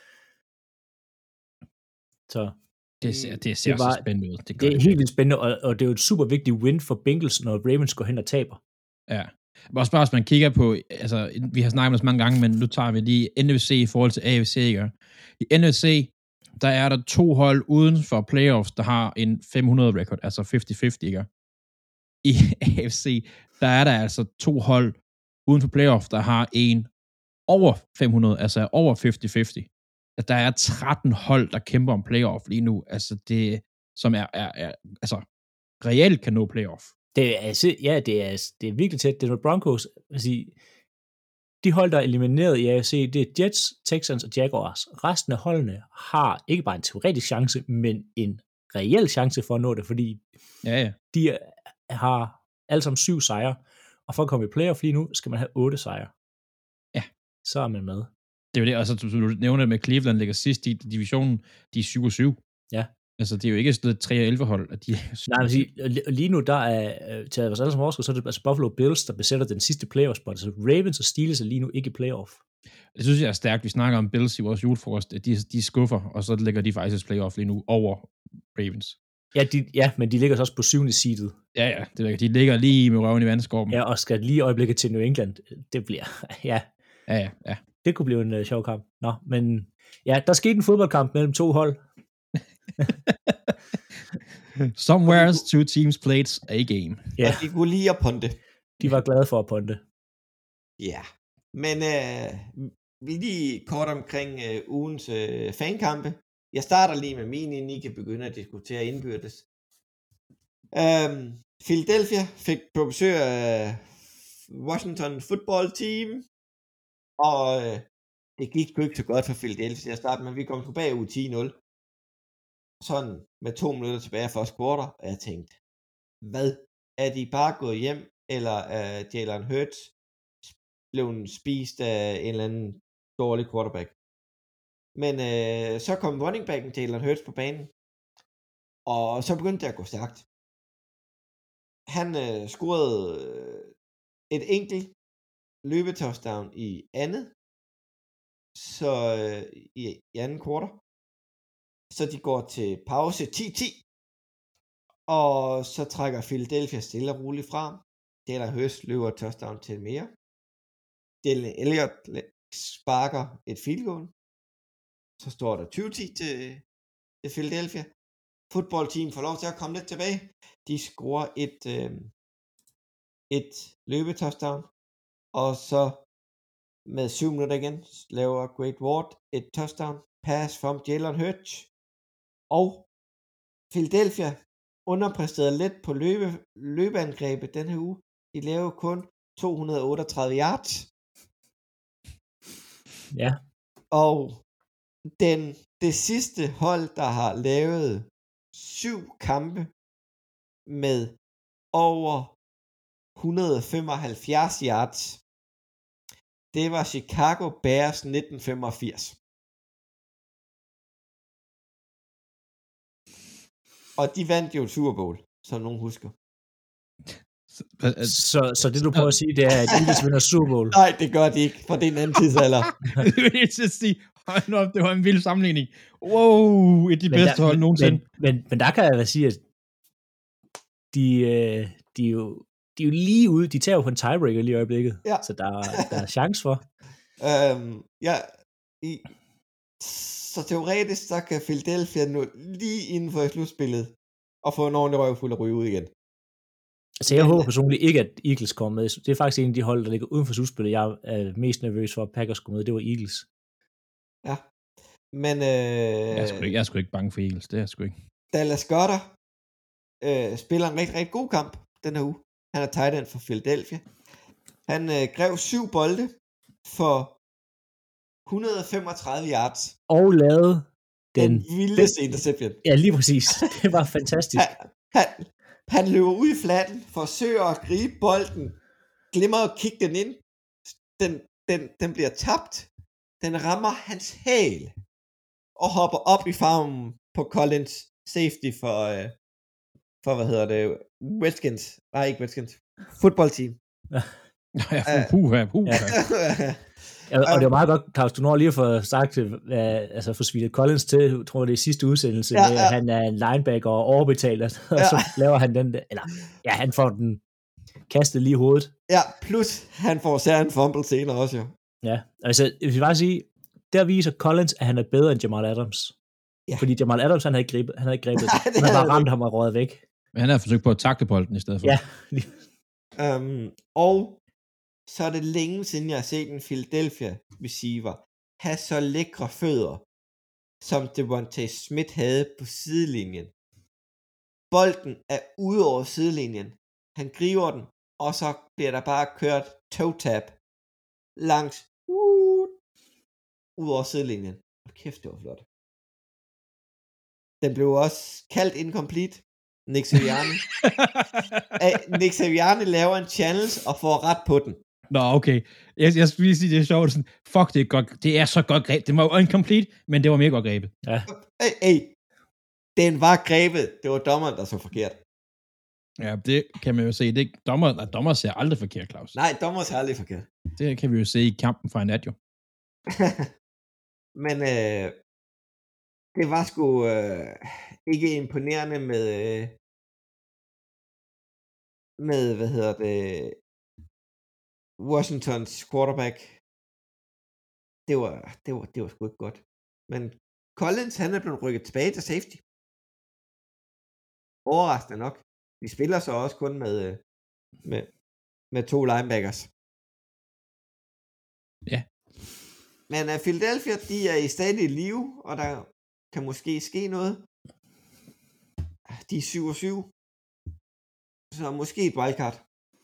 Så Det ser, det ser det var, så spændende ud. Det, det er helt vildt spændende, og, og det er jo et super vigtigt win for Bengals, når Ravens går hen og taber. Ja. Men også bare, hvis man kigger på, altså, vi har snakket om det så mange gange, men nu tager vi lige N F C i forhold til A F C, ikke? I N F C, der er der to hold uden for playoffs, der har en fem hundrede record, altså halvtreds halvtreds, ikke? I A F C, der er der altså to hold uden for playoffs, der har en over fem hundrede, altså over halvtreds halvtreds. At der er tretten hold, der kæmper om playoff lige nu, altså det, som er, er, er altså, reelt kan nå playoff. Det er, altså, ja, det er, det er virkelig tæt. Det er Broncos, altså, de hold, der er elimineret i A F C, det er Jets, Texans og Jaguars. Resten af holdene har ikke bare en teoretisk chance, men en reel chance for at nå det, fordi ja, ja. de har alle sammen syv sejre, og for at komme i playoff lige nu, skal man have otte sejre. Ja. Så er man med. Det er jo det, altså som du nævner med Cleveland ligger sidst i divisionen, de er syv og syv. Ja. Altså det er jo ikke sådan et tre og elleve hold, at de Nej, men sige, lige nu, der er, til vores alle som overskud, så er det altså Buffalo Bills, der besætter den sidste playoff-spot, så Ravens og Steelers er lige nu ikke i playoff. Det synes jeg er stærkt. Vi snakker om Bills i vores julefrokost, de, de skuffer, og så ligger de faktisk i playoff lige nu over Ravens. Ja, de, ja, men de ligger så også på syvende seedet. Ja, ja, det er, de ligger lige med røven i vandskorben. Ja, og skal lige i øjeblikket til New England, det bliver, ja. Ja, ja, ja. Det kunne blive en uh, sjov kamp. Nå, men ja, der skete en fodboldkamp mellem to hold. Somewhere's two teams played a game. Ja. Og de kunne lige at ponte. De var glade for at ponte. Ja, men øh, vi lige kort omkring øh, ugens øh, fankampe. Jeg starter lige med min, inden I kan begynde at diskutere indbyrdes. Øhm, Philadelphia fik på besøg af Washington football team, og øh, det gik jo ikke så godt for Philadelphia til at starte, men vi kom tilbage uge ti nul. Sådan med to minutter tilbage af første quarter, og jeg tænkte, hvad? Er de bare gået hjem, eller er Jalen Hurts blevet spist af en eller anden dårlig quarterback? Men øh, så kom running backen Jalen Hurts på banen, og så begyndte det at gå stærkt. Han øh, scorede øh, et enkelt løbetouchdown i andet, så øh, i, i anden quarter. Så de går til pause ti ti, og så trækker Philadelphia stille og roligt fra. Jalen Hurts løber touchdown til mere. Jalen Elliott sparker et field goal. Så står der tyve ti til, til Philadelphia. Football team får lov til at komme lidt tilbage. De scorer et, øh, et løbetouchdown, og så med syv minutter igen laver Great Ward et touchdown pass from Jalen Hurts. Og Philadelphia underpræsterede lidt på løbe, løbeangrebet den her uge. De lavede kun to hundrede og otteogtredive yards. Ja. Og den, det sidste hold, der har lavet syv kampe med over et hundrede og femoghalvfjerds yards, det var Chicago Bears nitten femogfirs. Og de vandt jo Super Bowl, som nogen husker. Så, så det du prøver at sige, det er, at Eagles vinder Super Bowl? Nej, det gør de ikke, for det er en anden tidsalder. Det vil jeg til at sige, hold nu op, det var en vild sammenligning. Wow, et af de men bedste der, hold nogensinde. Men, men, men der kan jeg da sige, at de, de, er jo, de er jo lige ude, de tager jo på en tiebreaker lige i øjeblikket, Ja. så der, der er chance for. øhm, ja, i, så teoretisk, så kan Philadelphia nu lige inden for slutspillet og få en ordentlig røvfuld at ryge ud igen. Altså jeg håber personligt ikke, at Eagles kommer med. Det er faktisk en af de hold, der ligger uden for slutspillet. Jeg er mest nervøs for, at Packers kommer med. Det var Eagles. Ja, men øh, jeg, er sgu ikke, jeg er sgu ikke bange for Eagles, det er jeg sgu ikke. Dallas Goedert øh, spiller en rigtig, rigtig god kamp den her uge. Han er tight end for Philadelphia. Han øh, grev syv bolde for et hundrede og femogtredive yards. Og lavede den, den vildeste interception. Ja, lige præcis. Det var fantastisk. Han, han, han løber ud i flatten, forsøger at gribe bolden, glemmer at kigge den ind. Den, den, den bliver tabt. Den rammer hans hæl og hopper op i farmen på Collins safety for, øh, for hvad hedder det, Redskins. Nej, ikke Redskins. Football team. Ja, puha, puha. Ja, og det var meget godt, Claus, du når lige at få sagt, uh, altså få svinet Collins til, jeg tror det er sidste udsendelse, ja, med, ja. At han er en linebacker og overbetaler, og ja. Så laver han den der, eller ja, han får den kastet lige i hovedet. Ja, plus han får særlig en fumble senere også, jo. Ja, altså, jeg vil bare sige, der viser Collins, at han er bedre end Jamal Adams. Ja. Fordi Jamal Adams, han havde ikke grebet, han havde ikke grebet Nej, han havde bare ramt ham og røget væk. Men han har forsøgt på at takle bolden i stedet for. Ja. um, og så er det længe siden, jeg har set en Philadelphia receiver have så lækre fødder, som Devontae Smith havde på sidelinjen. Bolden er ude over sidelinjen. Han griber den, og så bliver der bare kørt toe tap langs uh, ud over sidelinjen. Hold kæft, det var flot. Den blev også kaldt incomplete. Nick Sirianni. Nick Sirianni laver en challenge og får ret på den. Nå, okay. Jeg, jeg skulle lige sige, det er sjovt. Sådan, fuck, det er, godt, det er så godt grebet. Det var jo incomplete, men det var mega godt grebet. Ja. Hey, hey. Den var grebet. Det var dommeren, der så forkert. Ja, det kan man jo se. Det, dommer, nej, dommer ser aldrig forkert, Claus. Nej, dommer ser aldrig forkert. Det kan vi jo se i kampen fra nat, jo. Men øh, det var sgu øh, ikke imponerende med øh, med, hvad hedder det, Washingtons quarterback. Det var, det var, det var sgu ikke godt. Men Collins, han er blevet rykket tilbage til safety. Overraskende nok. De spiller så også kun med, med, med to linebackers. Ja. Men uh, Philadelphia, de er i stadig live, og der kan måske ske noget. De er syv og syv. Så måske et wildcard.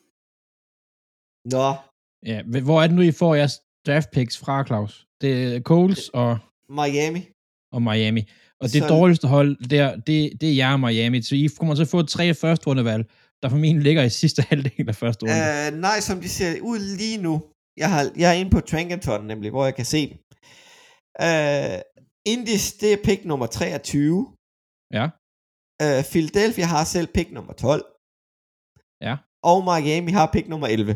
Nå. Ja, hvor er det nu, I får jeres draft picks fra, Claus? Det er Coles og... Miami. Og Miami. Og det så... dårligste hold der, det, det er jer Miami. Så I kommer til at få tre første rundevalg, der formentlig ligger i sidste halvdel af første runde. Uh, nej, som de ser ud lige nu. Jeg, har, jeg er inde på Trankenton, nemlig, hvor jeg kan se dem. Uh, Indies, det er pick nummer treogtyve. Ja. Uh, Philadelphia har selv pick nummer tolv. Ja. Og Miami har pick nummer elleve.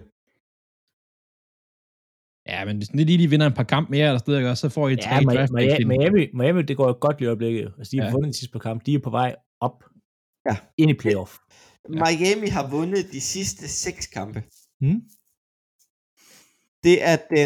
Ja, men hvis de lige vinder en par kamp mere, eller stedet, så får I tre ja, draft picks. Miami, Miami, Miami, det går jo godt i øjeblikket. Altså, de har ja. vundet de sidste par kamp. De er på vej op. Ja. Ind i playoff. Ja. Miami har vundet de sidste seks kampe. Hmm? Det er den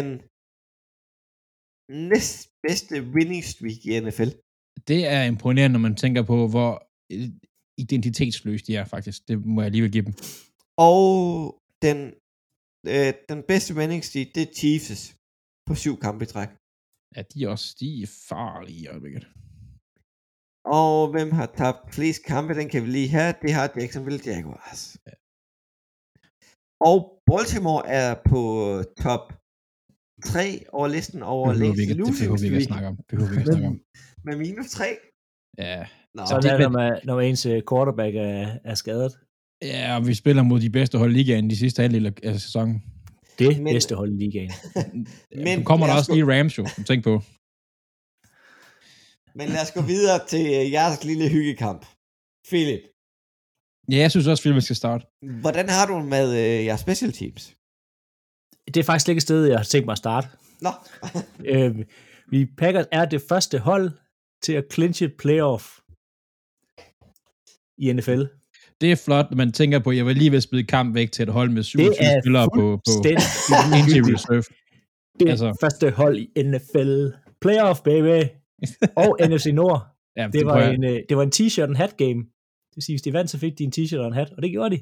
næstbedste winning streak i N F L. Det er imponerende, når man tænker på, hvor identitetsløs de er, faktisk. Det må jeg alligevel give dem. Og den, øh, den bedste winning streak, det er Chiefs på syv kampe i træk. Ja, de er også de er farlige i øjeblikket. Og hvem har tabt flest kampe, den kan vi lige have. Det har Jacksonville Jaguars. Ja. Og Baltimore er på top tre over listen over længst losing streak. Det behøver vi ikke at snakke om. Med minus tre. Ja. Nå, så det er, når, man, når ens quarterback er, er skadet. Ja, og vi spiller mod de bedste hold i ligaen de sidste halvdel af sæsonen. Det men, bedste hold i ligaen. Men nu kommer der også lige Rams jo, tænk på. Men lad os gå videre til jeres lille hyggekamp. Philip. Ja, jeg synes også, Philip skal starte. Hvordan har du med øh, jeres special teams? Det er faktisk ikke et sted, jeg har tænkt mig at starte. Nå. øh, vi Packers er det første hold til at clinche playoff i N F L. Det er flot, når man tænker på, at jeg var lige ved at spille kamp væk til et hold med syvogtyve spillere på, på injury reserve. Det er altså. første hold i N F L. Playoff, baby! Og N F C Nord. Ja, det, det, var en, det var en t-shirt og hat game. Det vil sige, hvis de vandt, så fik de en t-shirt og en hat, og det gjorde de.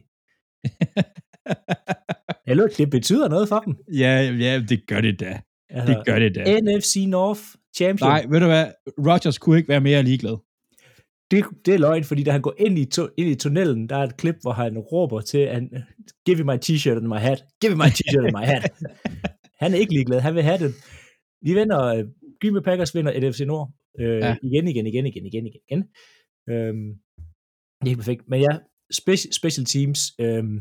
Hallo, det betyder noget for dem. Ja, ja, det gør det da. Altså, det gør det da. N F C North champion. Nej, ved du hvad? Rodgers kunne ikke være mere ligeglad. Det, det er løgn, fordi da han går ind i, to, ind i tunnelen, der er et klip, hvor han råber til, han, give me my t-shirt and my hat. Give me my t-shirt and my hat. Han er ikke ligeglad, han vil have den. Vi vinder, Green Bay Packers vinder N F C Nord. Øh, ja. Igen, igen, igen, igen, igen, igen, igen. Øhm, det er ikke perfekt. Men ja, special, special teams. Øhm,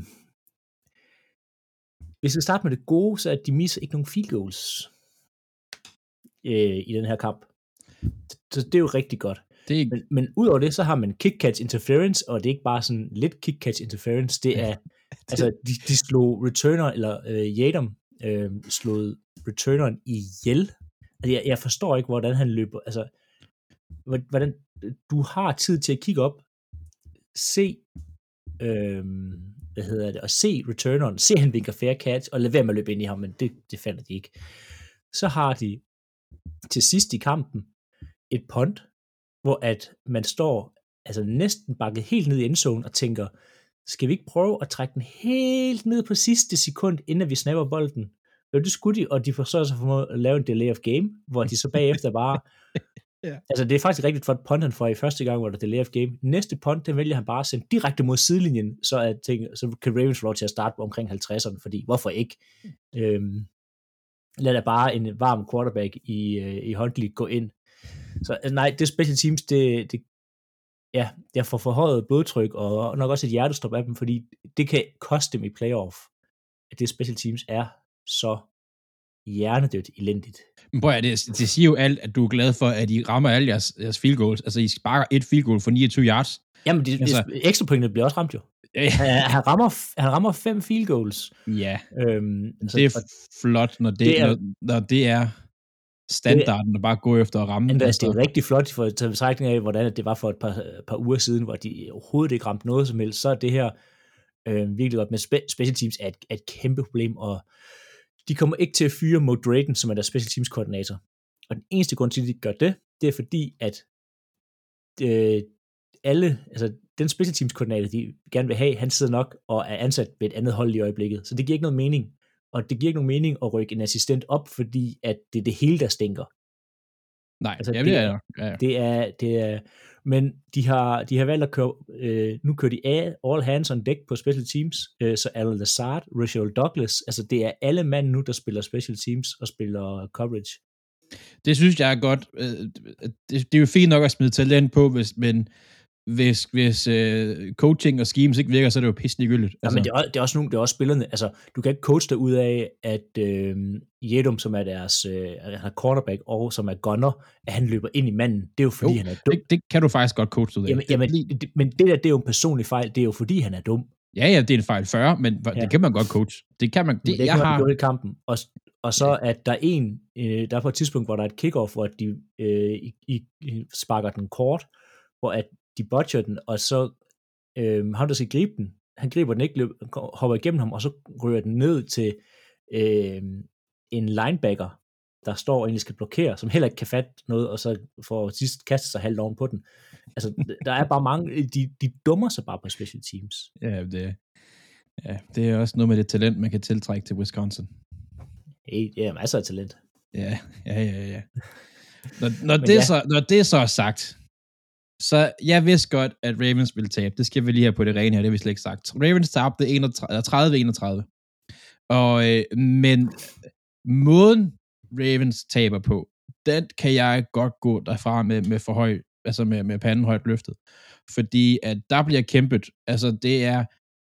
hvis vi skal starte med det gode, så er de misser ikke nogen field goals øh, i den her kamp. Så det er jo rigtig godt. Det er ikke... Men, men udover det, så har man kick-catch interference, og det er ikke bare sådan lidt kick-catch interference, det er, altså, de, de slog returner, eller øh, Yadam øh, slog returneren ihjel. Altså, jeg, jeg forstår ikke, hvordan han løber, altså, hvordan, du har tid til at kigge op, se, øh, hvad hedder det, og se returneren, se han vinker fair catch, og lade være med at løbe ind i ham, men det, det fandt de ikke. Så har de til sidst i kampen et punt, hvor at man står altså næsten bakket helt ned i endzone og tænker, skal vi ikke prøve at trække den helt ned på sidste sekund, inden vi snapper bolden? Jo, det skulle de, og de forsøger sig for at lave en delay of game, hvor de så bagefter bare... ja. Altså, det er faktisk rigtigt for et punt, han får i første gang, hvor der er delay of game. Næste punt, den vælger han bare at sende direkte mod sidelinjen, så, at tænke, så kan Ravens få lov til at starte omkring halvtredserne, fordi hvorfor ikke? Øhm, lad da bare en varm quarterback i, øh, i Huntley gå ind. Så altså, nej, det special teams, det, det ja, jeg får forhøjet blodtryk, og nok også et hjertestop af dem, fordi det kan koste dem i playoff, at det special teams er så hjernedødt elendigt. Men prøv at, det, det siger jo alt, at du er glad for, at I rammer alle jeres, jeres field goals. Altså, I sparker et field goal for niogtyve yards. Jamen, de, altså, de ekstra pointene bliver også ramt jo. Ja. Han, han, rammer, han rammer fem field goals. Ja, øhm, altså, det er flot, når det, det er, når, når det er standarden, at bare gå efter at ramme. Men det, det er rigtig flot for at tage betragtning af, hvordan det var for et par, par uger siden, hvor de overhovedet ikke ramte noget som helst. Så er det her øh, virkelig godt. Men spe, special teams er et, er et kæmpe problem, og de kommer ikke til at fyre Mo Drayton, som er deres special teams koordinator. Og den eneste grund til, at de gør det, det er fordi, at øh, alle, altså den special teams koordinator, de gerne vil have, han sidder nok og er ansat ved et andet hold i øjeblikket. Så det giver ikke noget mening. Og det giver ikke nogen mening at rykke en assistent op, fordi at det er det hele, der stinker. Nej, altså, det, det, er, er, ja, ja. det er, det er, men de har, de har valgt at køre, øh, nu kører de af all hands on deck på special teams, øh, så Alan Lazard, Rachael Douglas, altså det er alle mand nu, der spiller special teams og spiller coverage. Det synes jeg er godt. Det, det er jo fint nok at smide talent på, hvis, men hvis, hvis uh, coaching og schemes ikke virker, så er det jo pisseligegyldigt. Altså. Ja, men det er, det er også nogle, det er også spillerne, altså du kan ikke coache dig ud af, at øh, Yedum, som er deres øh, han er cornerback, og som er gunner, at han løber ind i manden. Det er jo fordi, jo, han er dum. Det, det kan du faktisk godt coache ud af. Jamen, jamen, det, men det der, det er jo en personlig fejl, det er jo fordi, han er dum. Ja, ja, det er en fejl fyrre, men ja. Det kan man godt coach. Det kan man, det, det kan jeg man har... gå i kampen. Og, og så at der er en, øh, der er på et tidspunkt, hvor der er et kickoff, hvor de øh, i, i, sparker den kort, hvor at de botcher den, og så øh, han der skal gribe den, han griber den ikke, løb, hopper igennem ham, og så ryger den ned til øh, en linebacker, der står og egentlig skal blokere, som heller ikke kan fatte noget, og så får sidst kastet sig halvt oven på den. Altså, der er bare mange, de, de dummer sig bare på special teams. Ja, det, ja, det er også noget med det talent, man kan tiltrække til Wisconsin. Hey, ja, masser af talent. Ja, ja, ja, ja. Når, når, det, ja. Så, når det så er sagt, så jeg vidste godt, at Ravens ville tabe. Det skal vi lige have på det rene her, det har vi slet ikke sagt. Ravens tabte tredive enogtredive. Og, øh, men måden Ravens taber på, den kan jeg godt gå derfra med, med for høj, altså med, med panden højt løftet. Fordi at der bliver kæmpet, altså det er,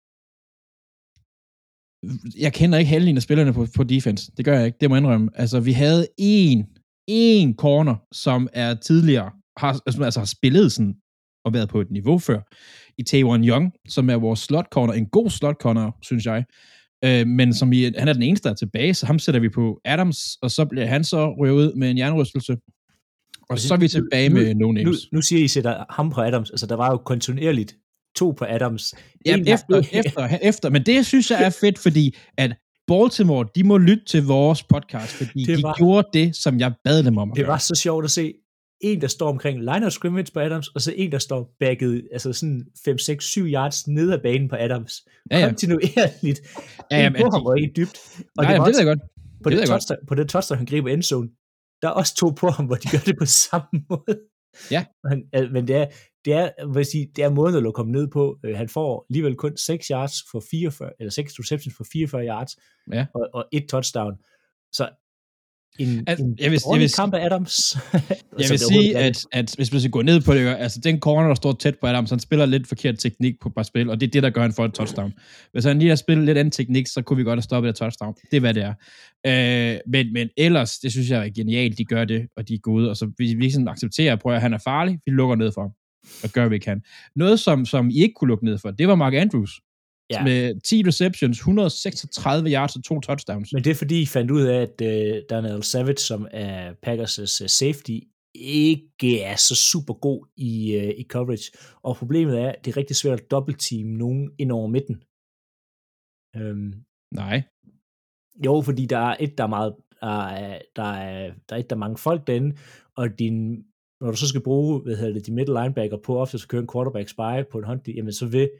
jeg kender ikke halvdelen af spillerne på, på defense, det gør jeg ikke, det må jeg indrømme. Altså vi havde en, en corner, som er tidligere, har, altså har spillet sådan, og været på et niveau før, i Taewon Young, som er vores slot corner, en god slot corner, synes jeg. Øh, men som i, han er den eneste, der er tilbage, så ham sætter vi på Adams, og så bliver han så røvet ud med en jernrystelse. Og så er vi tilbage nu, med no names. Nu, nu siger I, sætter ham på Adams, altså der var jo kontinuerligt to på Adams. Ja, efter, efter, efter, men det synes jeg er fedt, fordi at Baltimore, de må lytte til vores podcast, fordi det de var, gjorde det, som jeg bad dem om at Det gøre. var så sjovt at se en, der står omkring line of scrimmage på Adams, og så en, der står bagget, altså sådan fem, seks, syv yards ned ad banen på Adams. Ja, ja. Kontinuerligt. Ja, ja, men, på ham var ikke dybt. Og nej, det, jamen, det er godt. På det, det touchdown, på det touchdown, han griber endzone, der er også to på ham, hvor de gør det på samme måde. Ja. Han, men det er, det er, vil sige, det er måden at lukke ham ned på. Han får alligevel kun seks yards for fireogfyrre, eller seks receptions for fireogfyrre yards, ja. og, og et touchdown. Så en, At- en jeg vil- jeg dårlig vil- kamp af Adams. Jeg Som vil det sige, overhovedet er. at, at hvis man skal gå ned på det, altså den corner, der står tæt på Adams, han spiller lidt forkert teknik på et par spil, og det er det, der gør han for et touchdown. Hvis han lige har spillet lidt anden teknik, så kunne vi godt have stoppet det touchdown. Det er, hvad det er. Øh, men, men ellers, det synes jeg er genialt, de gør det, og de er gode. Og så vi, vi sådan accepterer, prøver at han er farlig, vi lukker ned for ham, og gør, hvad vi kan. Noget, som, som I ikke kunne lukke ned for, det var Mark Andrews. Ja. Med ti receptions, et hundrede og seksogtredive yards og to touchdowns. Men det er fordi, I fandt ud af, at uh, Daniel Savage, som er Packers' uh, safety, ikke er så super god i, uh, i coverage. Og problemet er, at det er rigtig svært at dobbeltteam nogen ind over midten. Um, Nej. jo, fordi der er et, der er meget, der er, der er, der er et, der er mange folk derinde, og din, når du så skal bruge, hvad hedder det, de middle linebacker på, ofte så kører en quarterback spy på en hånd, jamen så vil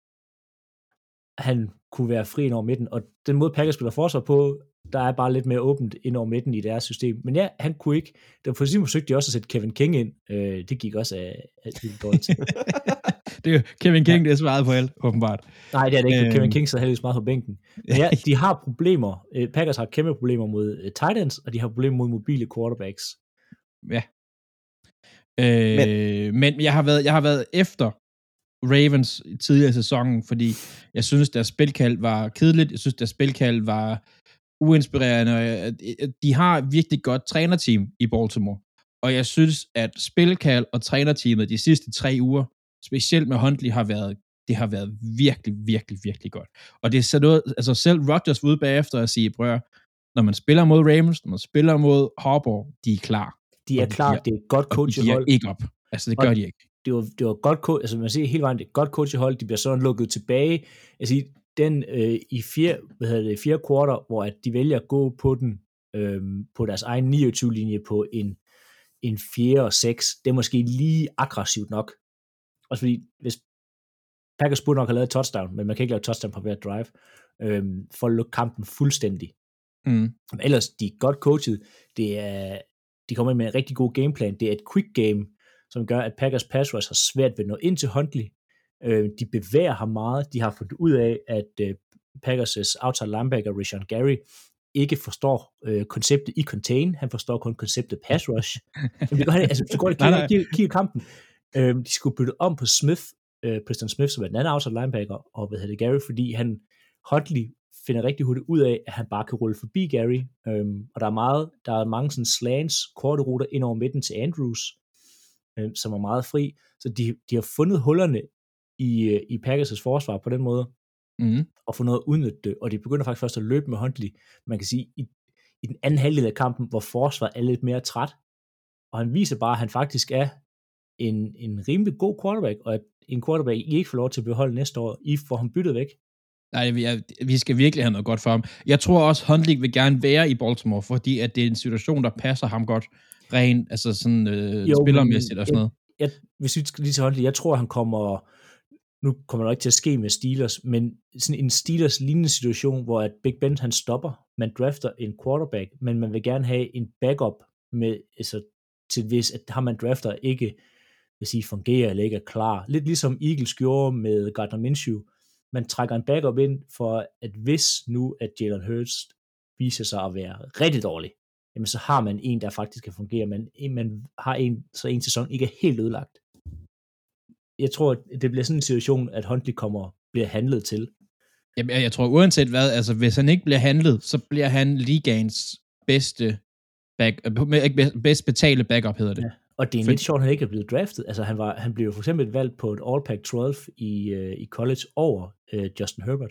han kunne være fri ind over midten, og den måde Packers spiller forsvar på, der er bare lidt mere åbent ind over midten i deres system. Men ja, han kunne ikke. Der for eksempel forsøgte de også at sætte Kevin King ind. Øh, det gik også af, af lidt dårligt. Det er jo Kevin King, ja. Det er svaret på alt, åbenbart. Nej, det er det ikke. Øh. Kevin King sidder heldigvis meget på bænken. Men ja, de har problemer. Øh, Packers har kæmpe problemer mod uh, tight ends, og de har problemer mod mobile quarterbacks. Ja. Øh, men, men jeg har været, jeg har været efter Ravens i tidligere sæsonen, fordi jeg synes, deres spilkald var kedeligt. Jeg synes, deres spilkald var uinspirerende. De har virkelig godt trænerteam i Baltimore. Og jeg synes, at spilkald og trænerteamet de sidste tre uger, specielt med Huntley, har været, det har været virkelig, virkelig, virkelig godt. Og det er så noget, altså selv Rodgers var ude bagefter at sige, brør, når man spiller mod Ravens, når man spiller mod Harbaugh, de er klar. De er Og de klar, giver- det er et godt Og de giver coachhold. ikke op. Altså, det gør Og- de ikke. Det var, det var godt coach, altså man ser hele vejen, det er et godt coachhold, de bliver sådan lukket tilbage. Altså den øh, i fire, hvad hedder det, fire kvarter, hvor at de vælger at gå på den, øh, på deres egen niogtyve linje på en, en fjerde og seks, det er måske lige aggressivt nok. Også fordi, hvis Packers burde nok have lavet et touchdown, men man kan ikke lave et touchdown på hver drive, øh, for at lukke kampen fuldstændig. Mm. Men ellers, de er godt coachet, det er, de kommer ind med en rigtig god gameplan, det er et quick game, som gør, at Packers pass rush har svært ved at nå ind til Huntley. Øh, de bevæger ham meget. De har fundet ud af, at øh, Packers' outside linebacker, Rashawn Gary, ikke forstår øh, konceptet i contain. Han forstår kun konceptet pass rush. Men det går, altså, så går det Nej, nej. kigger, kigger kampen. Øh, de skulle bytte om på Smith, øh, Preston Smith, som er den anden outside linebacker, og hvad hedder det, Gary, fordi han, Huntley finder rigtig hurtigt ud af, at han bare kan rulle forbi Gary. Øh, og der er meget, der er mange sådan slants, korte ruter ind over midten til Andrews, som er meget fri, så de, de har fundet hullerne i, i Packers' forsvar på den måde, Mm. og fundet noget at udnytte det, og de begynder faktisk først at løbe med Huntley, man kan sige, i, i den anden halvdel af kampen, hvor forsvaret er lidt mere træt, og han viser bare, at han faktisk er en, en rimelig god quarterback, og at en quarterback, I ikke får lov til at beholde næste år, I får ham byttet væk. Nej, vi, er, vi skal virkelig have noget godt for ham. Jeg tror også, Huntley vil gerne være i Baltimore, fordi at det er en situation, der passer ham godt, rent, altså sådan øh, Jo, spillermæssigt og sådan noget. Jeg, hvis vi skal lige til Huntley, jeg tror, han kommer, nu kommer det ikke til at ske med Steelers, men sådan en Steelers lignende situation, hvor at Big Ben han stopper, man drafter en quarterback, men man vil gerne have en backup med, altså, til hvis at ham man drafter ikke vil sige, fungerer eller ikke er klar. Lidt ligesom Eagles gjorde med Gardner Minshew. Man trækker en backup ind for, at hvis nu at Jalen Hurts viser sig at være rigtig dårlig, jamen så har man en, der faktisk kan fungere, men man har en, så en sæson ikke er helt ødelagt. Jeg tror, at det bliver sådan en situation, at Huntley kommer, bliver handlet til. Jamen, jeg, jeg tror uanset hvad, altså hvis han ikke bliver handlet, så bliver han ligaens bedste back, øh, ikke bedst, bedst betalte backup, hedder det. Ja. Og det er For- lidt sjovt, at han ikke er blevet draftet. Altså han, var, han blev for eksempel valgt på et All-Pac tolv i, uh, i college over uh, Justin Herbert.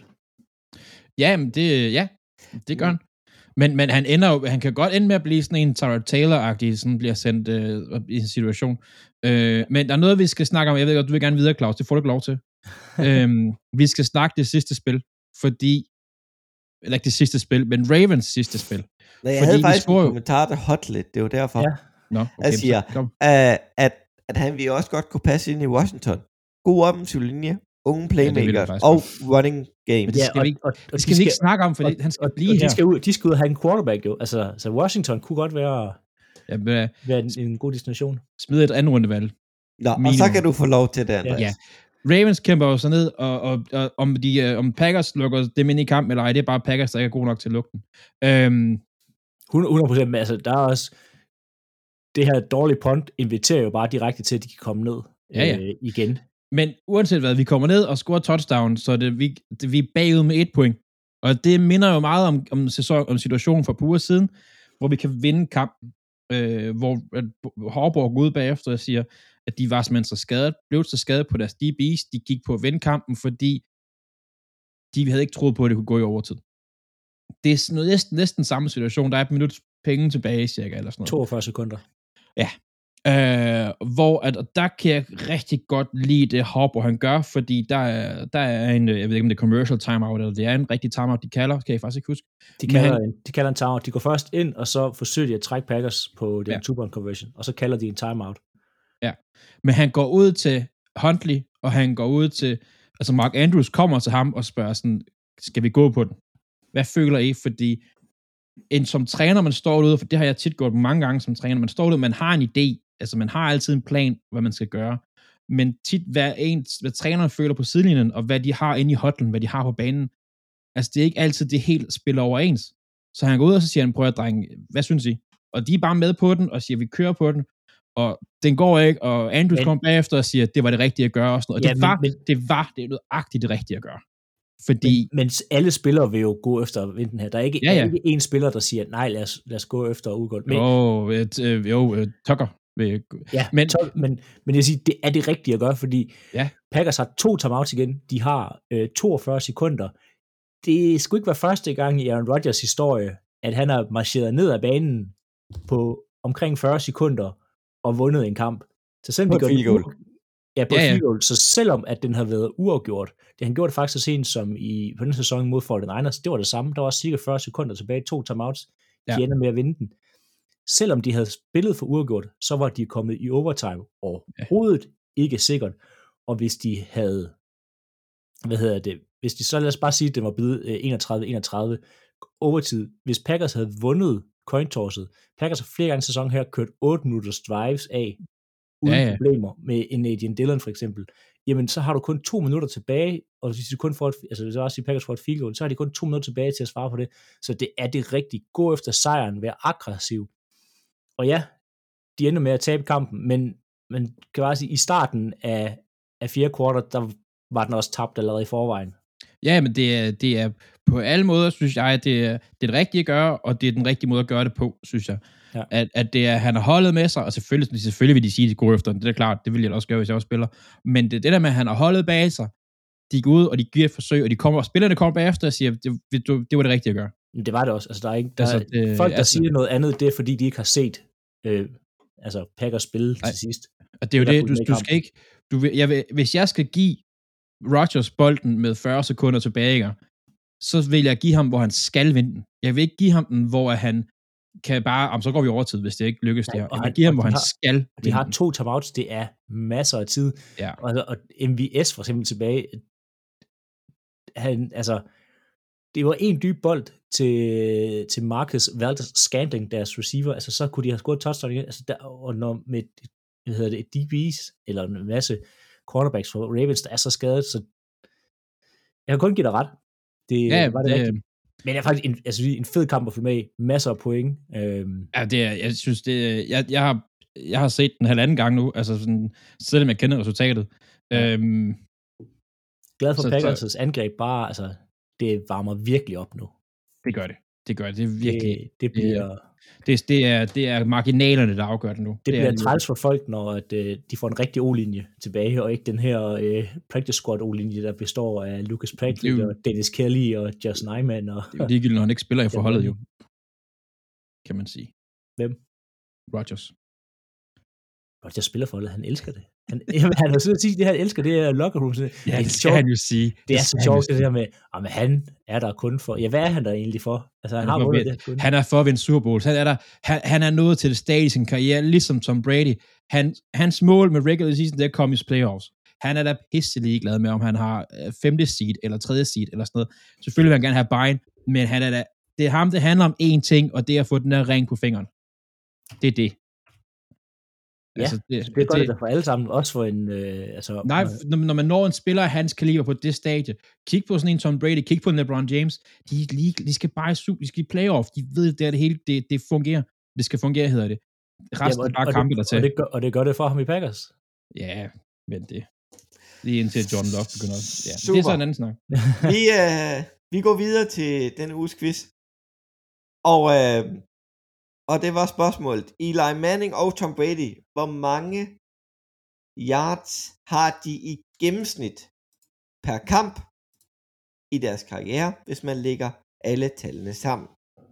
Ja, men det, ja, det gør han. Men, men han ender jo, han kan godt ende med at blive sådan en Tyrod Taylor-agtig, sådan bliver sendt øh, i en situation. Øh, men der er noget, vi skal snakke om. Jeg ved godt, du vil gerne videre, Claus. Det får du ikke lov til. øhm, vi skal snakke det sidste spil, fordi, eller ikke det sidste spil, men Ravens sidste spil. Nej, jeg Fordi havde vi faktisk scorer en jo- kommentar til Hotlet, det var derfor. Ja. Nå, okay, Jeg siger, så kom. uh, at, at han ville også godt kunne passe ind i Washington. God offensiv linje, unge det ville playmakers han faktisk og godt. running game. Men det skal vi ikke- og, og Det skal vi ikke snakke om, fordi og, han skal og, blive og her. de skal, ud, de skal ud og have en quarterback jo. Altså, så Washington kunne godt være, Ja, men, være en, en god destination. smid et andet rundevalg. Nå, og minimum. så kan du få lov til det, Andreas. Ja. Ravens kæmper jo så ned, og, og, og om, de, uh, om Packers lukker dem ind i kamp, eller ej, det er bare Packers, der ikke er god nok til at lukke den. Øhm, hundrede procent, men altså, der er også, det her dårlige punt inviterer jo bare direkte til, at de kan komme ned ja, ja. Øh, igen. Men uanset hvad, vi kommer ned og scorer touchdown, så det, vi, det, vi er bagud med et point. Og det minder jo meget om, om, sæson, om situationen for et par uger siden, hvor vi kan vinde kampen, øh, hvor Harbaugh går ud bagefter og siger, at de var simpelthen så skadet, blev så skadet på deres D B's, de gik på at vinde kampen, fordi de havde ikke troet på, at det kunne gå i overtid. Det er noget, næsten, næsten samme situation, der er et minut penge tilbage, cirka, eller sådan noget. toogfyrre sekunder. Ja. Øh, hvor at, og der kan jeg rigtig godt lide det Harbaugh han gør, fordi der er, der er en, jeg ved ikke om det er commercial timeout, eller det er en rigtig timeout, de kalder, kan jeg faktisk ikke huske. De kalder, han, en, de kalder en timeout. De går først ind, og så forsøger de at trække Packers på den ja. two-point conversion, og så kalder de en timeout. Ja, men han går ud til Huntley, og han går ud til, altså Mark Andrews kommer til ham og spørger sådan, skal vi gå på den? Hvad føler I? Fordi en som træner, man står derude, for det har jeg tit gjort mange gange som træner, man står derude, man har en idé, altså man har altid en plan, hvad man skal gøre, men tit hvad, en, hvad træneren føler på sidelinjen, og hvad de har inde i hotlen, hvad de har på banen, altså det er ikke altid det helt spiller overens. Så han går ud, og så siger han, prøv at drenge, hvad synes I? Og de er bare med på den, og siger, vi kører på den, og den går ikke, og Andrews kommer bagefter og siger, det var det rigtige at gøre, og sådan noget. Og ja, det, var, men, det var det er noget agtigt det rigtige at gøre. Fordi... Men, men alle spillere vil jo gå efter at vinde den her. Der er ikke, ja, ja. er ikke én spiller, der siger, nej, lad os, lad os gå efter at udgå. Men, oh, et, øh, jo, øh, Tucker. Ja, men, to, men, men jeg siger, det er det rigtige at gøre, fordi ja. Packers har to timeouts igen. De har øh, toogfyrre sekunder. Det skulle ikke være første gang i Aaron Rodgers historie, at han har marcheret ned ad banen på omkring fyrre sekunder og vundet en kamp. Så selvom på de field goal. Ja, på ja, ja. field goal. Så selvom at den har været uafgjort, det han gjorde det faktisk så sent som i på den sæson mod forty-niners, det var det samme. Der var cirka fyrre sekunder tilbage, to timeouts. De ja. ender med at vinde den. Selvom de havde spillet for uafgjort, så var de kommet i overtime overhovedet ja. ikke sikkert. Og hvis de havde, hvad hedder det, hvis de så lad os bare sige, at det var blevet enogtredive enogtredive overtid, hvis Packers havde vundet coin-tosset, Packers har flere gange i sæsonen her kørt otte minutters drives af, uden ja, ja. problemer, med en Adrian Dillon for eksempel, jamen så har du kun to minutter tilbage, og hvis du kun får et, altså hvis jeg også siger Packers får et field goal, så har de kun to minutter tilbage til at svare på det, så det er det rigtigt. Gå efter sejren, vær aggressiv. Og ja, de ender med at tabe kampen, men man kan bare sige, i starten af, af fjerde kvartal, der var den også tabt allerede i forvejen. Ja, men det er, det er på alle måder, synes jeg, det er, det er det rigtige at gøre, og det er den rigtige måde at gøre det på, synes jeg. Ja. At, at det er, han har holdet med sig, og selvfølgelig, selvfølgelig vil de sige, at de går efter den, det er klart, det vil jeg også gøre, hvis jeg også spiller. Men det er det der med, at han har holdet bag sig, de går ud, og de giver et forsøg, og de kommer, og spillerne kommer bagefter og siger, det, det, det var det rigtige at gøre. Men det var det også. Altså, der er ikke, der altså, det, er, folk, der altså, siger noget andet, det er fordi, de ikke har set øh, altså Packers spille nej, til sidst. Og det er jo det, du, du skal ikke, du, jeg vil, hvis jeg skal give Rodgers bolden med fyrre sekunder tilbage, så vil jeg give ham, hvor han skal vinde den. Jeg vil ikke give ham den, hvor han kan bare, om så går vi overtid, hvis det ikke lykkes det her. Jeg vil give ham, hvor han har, skal vinde. De har to timeouts, det er masser af tid. Ja. Og, og M V S for eksempel tilbage, han, altså, det var en dyb bold til, til Marcus Valdes-Scantling, deres receiver, altså så kunne de have scoret touchdown igen, altså der, og når med, hvad hedder det, D B's, eller en masse cornerbacks for Ravens, der er så skadet, så jeg kan kun give dig ret. Det ja, var det, det rigtigt. Men det er faktisk en, altså, en fed kamp at følge med i. Masser af point. Øhm. Ja, det er, jeg synes, det er, jeg, jeg, har, jeg har set den halvanden gang nu, altså sådan, selvom jeg kender resultatet. Ja. Øhm, Glad for Packers' angreb, bare, altså, det varmer virkelig op nu. Det gør det. Det gør det. Det er virkelig... Det, det bliver... Det, det, er, det er marginalerne, der afgør det nu. Det, det bliver træls for folk, når at, uh, de får en rigtig O-linje tilbage, og ikke den her uh, practice squad O-linje, der består af Lucas Patrick jo, og Dennis Kelly og Josh Nyman. Og, det er jo ligegyldigt, når han ikke spiller i forholdet, jo. Kan man sige. Hvem? Rodgers. Rodgers spiller forholdet, han elsker det. Han, han har sådan at sige, det han elsker, det er locker room. Ja, det, det skal han jo sige. Det, det er så sjovt, det der med, at han er der kun for, ja, hvad er han der egentlig for? Altså, han, han, har vundet det kun. Han er for at vinde Super Bowl. Han er, der, han, han er nået til det stadie i sin karriere, ligesom Tom Brady. Han, hans mål med regular season, det er at komme i playoffs. Han er da pisse ligeglad med, om han har femte seed, eller tredje seed, eller sådan noget. Selvfølgelig vil han gerne have Bayern, men han er da, det er ham, det handler om én ting, og det er at få den der ring på fingeren. Det er det. Ja, altså, det, det, det gør det, det for alle sammen, også for en... Øh, altså, nej, når, når man når en spiller af hans kaliber på det stadie, kig på sådan en Tom Brady, kig på en LeBron James, de, lige, de skal bare i super, de skal i playoff, de ved, det er det hele, det, det fungerer. Det skal fungere, hedder det. Resten Jamen, er bare og kampe det, der til. Og det, gør, og det gør det for ham i Packers. Ja, men det... Lige indtil John Love begynder. Ja, super. det er så en anden snak. vi, øh, vi går videre til denne uges quiz. Og, øh, og det var spørgsmålet. Eli Manning og Tom Brady, hvor mange yards har de i gennemsnit per kamp i deres karriere, hvis man lægger alle tallene sammen?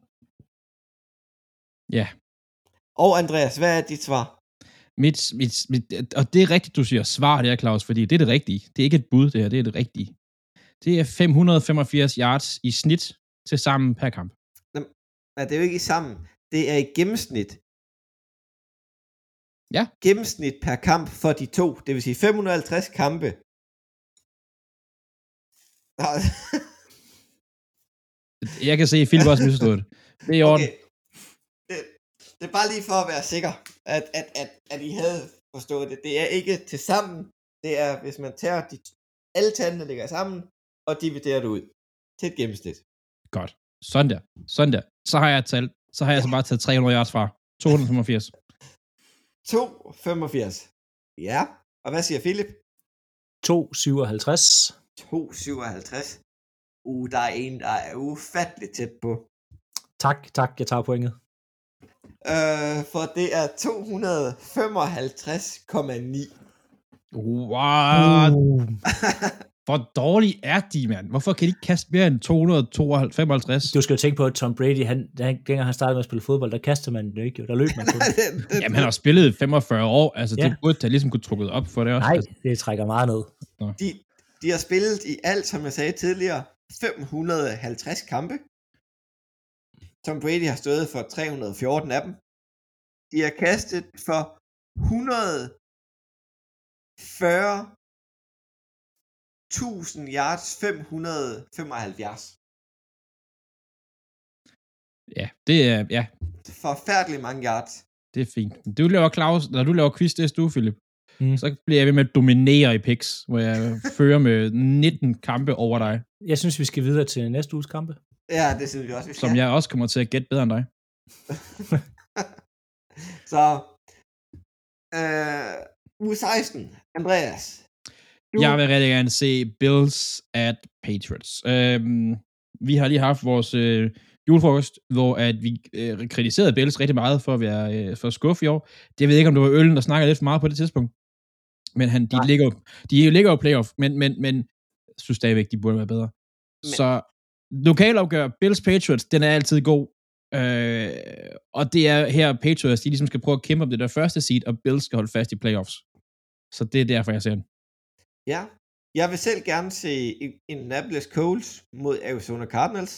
Ja. Og Andreas, hvad er dit svar? Mit, mit, mit, og det er rigtigt, du siger svar der, Claus, fordi det er det rigtige. Det er ikke et bud, det her, det er det rigtige. Det er fem hundrede og femogfirs yards i snit til sammen per kamp. Nej, det er jo ikke i sammen. Det er i gennemsnit. Ja. Gennemsnit per kamp for de to. Det vil sige fem hundrede og halvtreds kampe. Jeg kan se, at Philip også misforstået det. Det er i orden. Okay. Det, det er bare lige for at være sikker, at, at, at, at I havde forstået det. Det er ikke til sammen. Det er, hvis man tager de, alle tallene ligger sammen, og dividerer det ud til et gennemsnit. Godt. Sådan der. Sådan der. Så har jeg et tal. Så har jeg så bare taget tre hundrede yards fra. to hundrede og femogfirs. to hundrede og femogfirs. Ja. Og hvad siger Philip? to hundrede og syvoghalvtreds. to hundrede og syvoghalvtreds. Uh, der er en, der er ufatteligt tæt på. Tak, tak. Jeg tager pointet. Øh, for det er to hundrede og femoghalvtreds komma ni. What? Uh. Hvor dårlige er de, mand? Hvorfor kan de ikke kaste mere end to hundrede og femoghalvtreds? Du skal jo tænke på, at Tom Brady, han, han, dengang han startede med at spille fodbold, der kastede man det ikke, jo. Der løb man kun. Jamen, han har spillet femogfyrre år, altså Ja. det burde da ligesom kunne trukket op for det også. Nej, Altså. det trækker meget ned. De, de har spillet i alt, som jeg sagde tidligere, fem hundrede og halvtreds kampe. Tom Brady har stået for tre hundrede og fjorten af dem. De har kastet for et hundrede og fyrre tusind yards, fem hundrede og femoghalvfjerds. Ja, det er, ja, Forfærdeligt mange yards. det er fint. Du laver Claus, når du laver quiz det du, Philip, Mm. så bliver jeg ved med at dominere i picks, hvor jeg fører med nitten kampe over dig, Jeg synes, vi skal videre til næste uges kampe. Ja, det synes vi også, vi skal. som jeg også kommer til at gætte bedre end dig. Så, øh, uge seksten, Andreas. Du, Jeg vil rigtig gerne se Bills at Patriots. Øhm, vi har lige haft vores øh, julefrokost, hvor at vi øh, kritiserede Bills rigtig meget for at være øh, for at skuffe i år. Det ved jeg ikke, om det var øllen, der snakkede lidt for meget på det tidspunkt. Men han, de, ligger, de ligger jo playoff, men, men, men jeg synes stadigvæk, de burde være bedre. Men. Så lokalopgør, Bills Patriots, den er altid god. Øh, og det er her Patriots, de ligesom skal prøve at kæmpe om det der første seed, og Bills skal holde fast i playoffs. Så det er derfor, jeg ser den. Ja, jeg vil selv gerne se Indianapolis Colts mod Arizona Cardinals.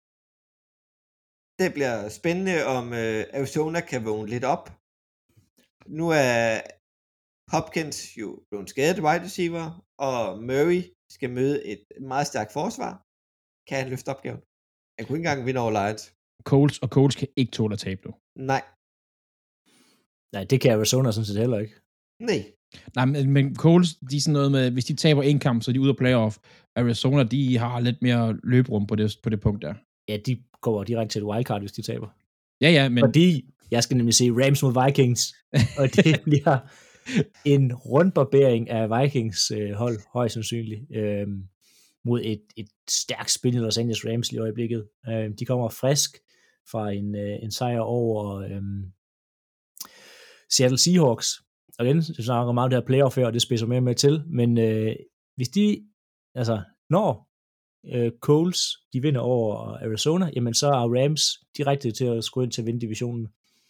Det bliver spændende, om uh, Arizona kan vågne lidt op. Nu er Hopkins jo blevet skadet wide receiver, og Murray skal møde et meget stærkt forsvar. Kan han løfte opgaven? Han kunne ikke engang vinde over Lions. Colts, og Colts kan ikke tåle at tabe nu. Nej. Nej, det kan Arizona sådan set heller ikke. Nej. Nej, men, men Colts, de er sådan noget med, hvis de taber en kamp, så er de ude af playoff. Arizona, de har lidt mere løberum på det, på det punkt der. Ja, de går direkte til et wildcard, hvis de taber. Ja, ja, men... Fordi jeg skal nemlig se Rams mod Vikings, og det bliver en rundbarbering af Vikings øh, hold, højst sandsynligt, øh, mod et, et stærkt spil i Los Angeles Rams i øjeblikket. Øh, de kommer frisk fra en, øh, en sejr over øh, Seattle Seahawks. Og igen, det snakker meget om det her playoff her, og det spidser mere med til, men øh, hvis de, altså, når øh, Colts, de vinder over Arizona, jamen så er Rams direkte til at skulle ind til at vinde divisionen.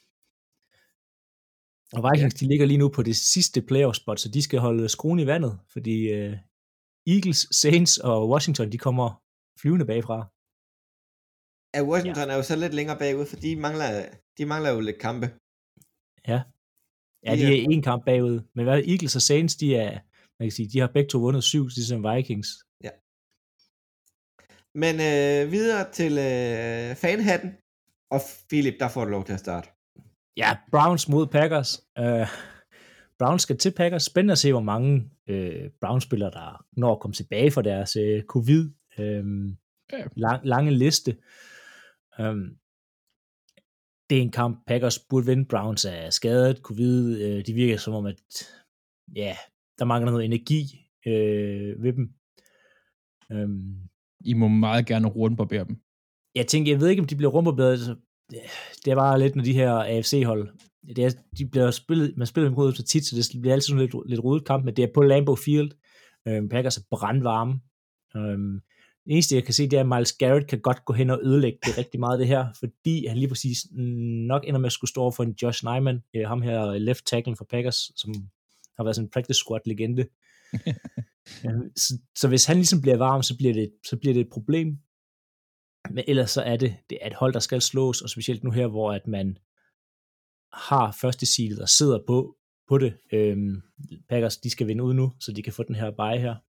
Og Vikings, ja. De ligger lige nu på det sidste playoff spot, så de skal holde skruen i vandet, fordi øh, Eagles, Saints og Washington, de kommer flyvende bagfra. Ja, Washington ja. er jo så lidt længere bagud, for de mangler, de mangler jo lidt kampe. Ja. Ja, de er en kamp bagud. Men hvad Eagles og Saints, de er, man kan sige, de har begge to vundet syv, ligesom Vikings. Ja. Men øh, videre til øh, fanhatten, og Philip, der får du lov til at starte. Ja, Browns mod Packers. Uh, Browns skal til Packers. Spændende at se, hvor mange øh, Browns-spillere, der når at komme tilbage fra deres øh, covid. Øh, Ja. lang, lange liste. Um, det er en kamp, Packers burde vinde. Browns er skadet, covid. Øh, de virker som om, at ja, der mangler noget energi øh, ved dem. Um, I må meget gerne rundbarbere dem. jeg tænker, jeg ved ikke, om de bliver rumbarberet. Altså, det er bare lidt, når de her A F C-hold, det er, de bliver spillet, man spiller dem mod så tit, så det bliver altid sådan lidt, lidt rodet kamp, men det er på Lambeau Field. Um, Packers er brandvarme. Um, Det eneste, jeg kan se, det er, at Myles Garrett kan godt gå hen og ødelægge det rigtig meget, det her, fordi han lige præcis nok ender med at skulle stå over for en Josh Nijman, øh, ham her left tackle for Packers, som har været sådan en practice squad-legende. ja, så, så hvis han ligesom bliver varm, så bliver det, så bliver det et problem. Men ellers så er det, det er et hold, der skal slås, og specielt nu her, hvor at man har første seedet og sidder på, på det. Øhm, Packers, de skal vinde ud nu, så de kan få den her bye her.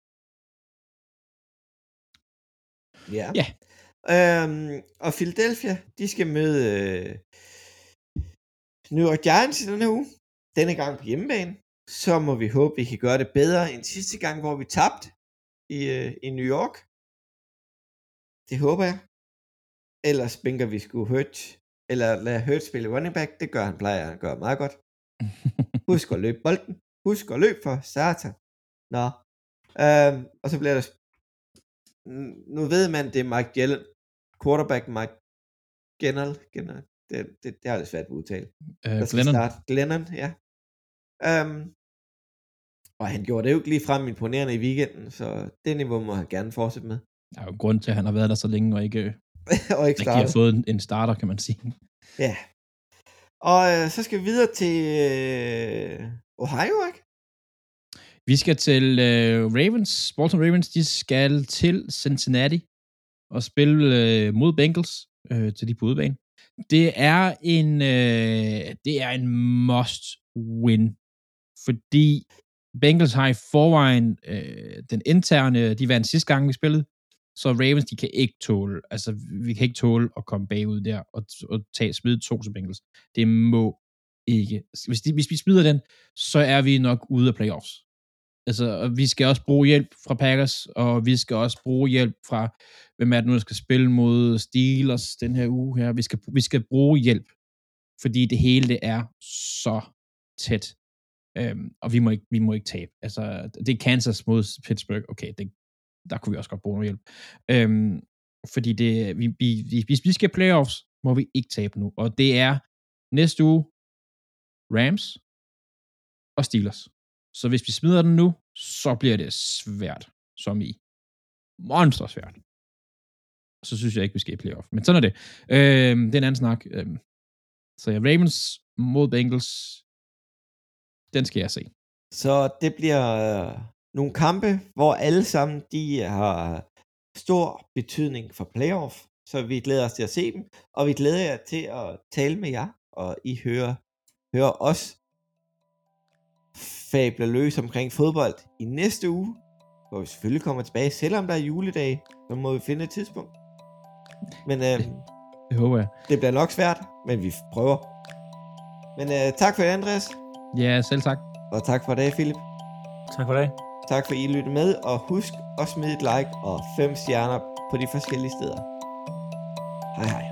Ja. Ja. Øhm, og Philadelphia, de skal møde øh, New York Giants i denne uge. Denne gang på hjemmebane. Så må vi håbe, vi kan gøre det bedre end sidste gang, hvor vi tabte i, øh, i New York. Det håber jeg. Ellers bænker vi sgu Hurt, eller lad Hurt spille running back. Det gør han, plejer han gør meget godt. Husk at løbe bolden. Husk at løbe for satan. Nå. Øhm, og så bliver der nu ved man, det er Mike Glennon, quarterback Mike Gennell, Gennell. Det, det, det har det svært at udtale. Uh, Glennon. Starte. Glennon, ja. Um, og han gjorde det jo ikke lige frem imponerende i weekenden, så det niveau må han gerne fortsætte med. Der er jo grund til, at han har været der så længe, og ikke, og ikke ikke har fået en, en starter, kan man sige. Ja. Og øh, så skal vi videre til øh, Ohio, ikke? Vi skal til øh, Ravens, Baltimore Ravens, de skal til Cincinnati og spille øh, mod Bengals øh, til de på udebane. Det er en øh, det er en must win, fordi Bengals har i forvejen øh, den interne, de vandt sidste gang vi spillede, så Ravens, de kan ikke tåle, altså vi kan ikke tåle at komme bagud der og, og tage smide to til Bengals. Det må ikke. Hvis, de, hvis vi smider den, så er vi nok ude af playoffs. Altså, vi skal også bruge hjælp fra Packers, og vi skal også bruge hjælp fra, hvem er det nu, der skal spille mod Steelers den her uge her. Vi skal, vi skal bruge hjælp, fordi det hele det er så tæt. Øhm, og vi må, ikke, vi må ikke tabe. Altså, det er Kansas mod Pittsburgh. Okay, det, der kunne vi også godt bruge noget hjælp. Øhm, fordi det, vi, vi, hvis vi skal playoffs, må vi ikke tabe nu. Og det er næste uge Rams og Steelers. Så hvis vi smider den nu, så bliver det svært, som i monster svært. Så synes jeg ikke, vi skal i playoff. Men sådan er det. Øhm, det er en anden snak. Øhm, så ja, Ravens mod Bengals, den skal jeg se. Så det bliver øh, nogle kampe, hvor alle sammen de har stor betydning for playoff. Så vi glæder os til at se dem, og vi glæder jer til at tale med jer, og I hører, hører os fabler løs omkring fodbold i næste uge, hvor vi selvfølgelig kommer tilbage, selvom der er juledag, så må vi finde et tidspunkt. Men øh, det håber jeg. Det bliver nok svært, men vi prøver. Men øh, tak for det, Andreas. Ja, selv tak. Og tak for det, Philip. Tak for det. Tak for, at I lyttede med, og husk at smide et like og fem stjerner på de forskellige steder. Hej hej.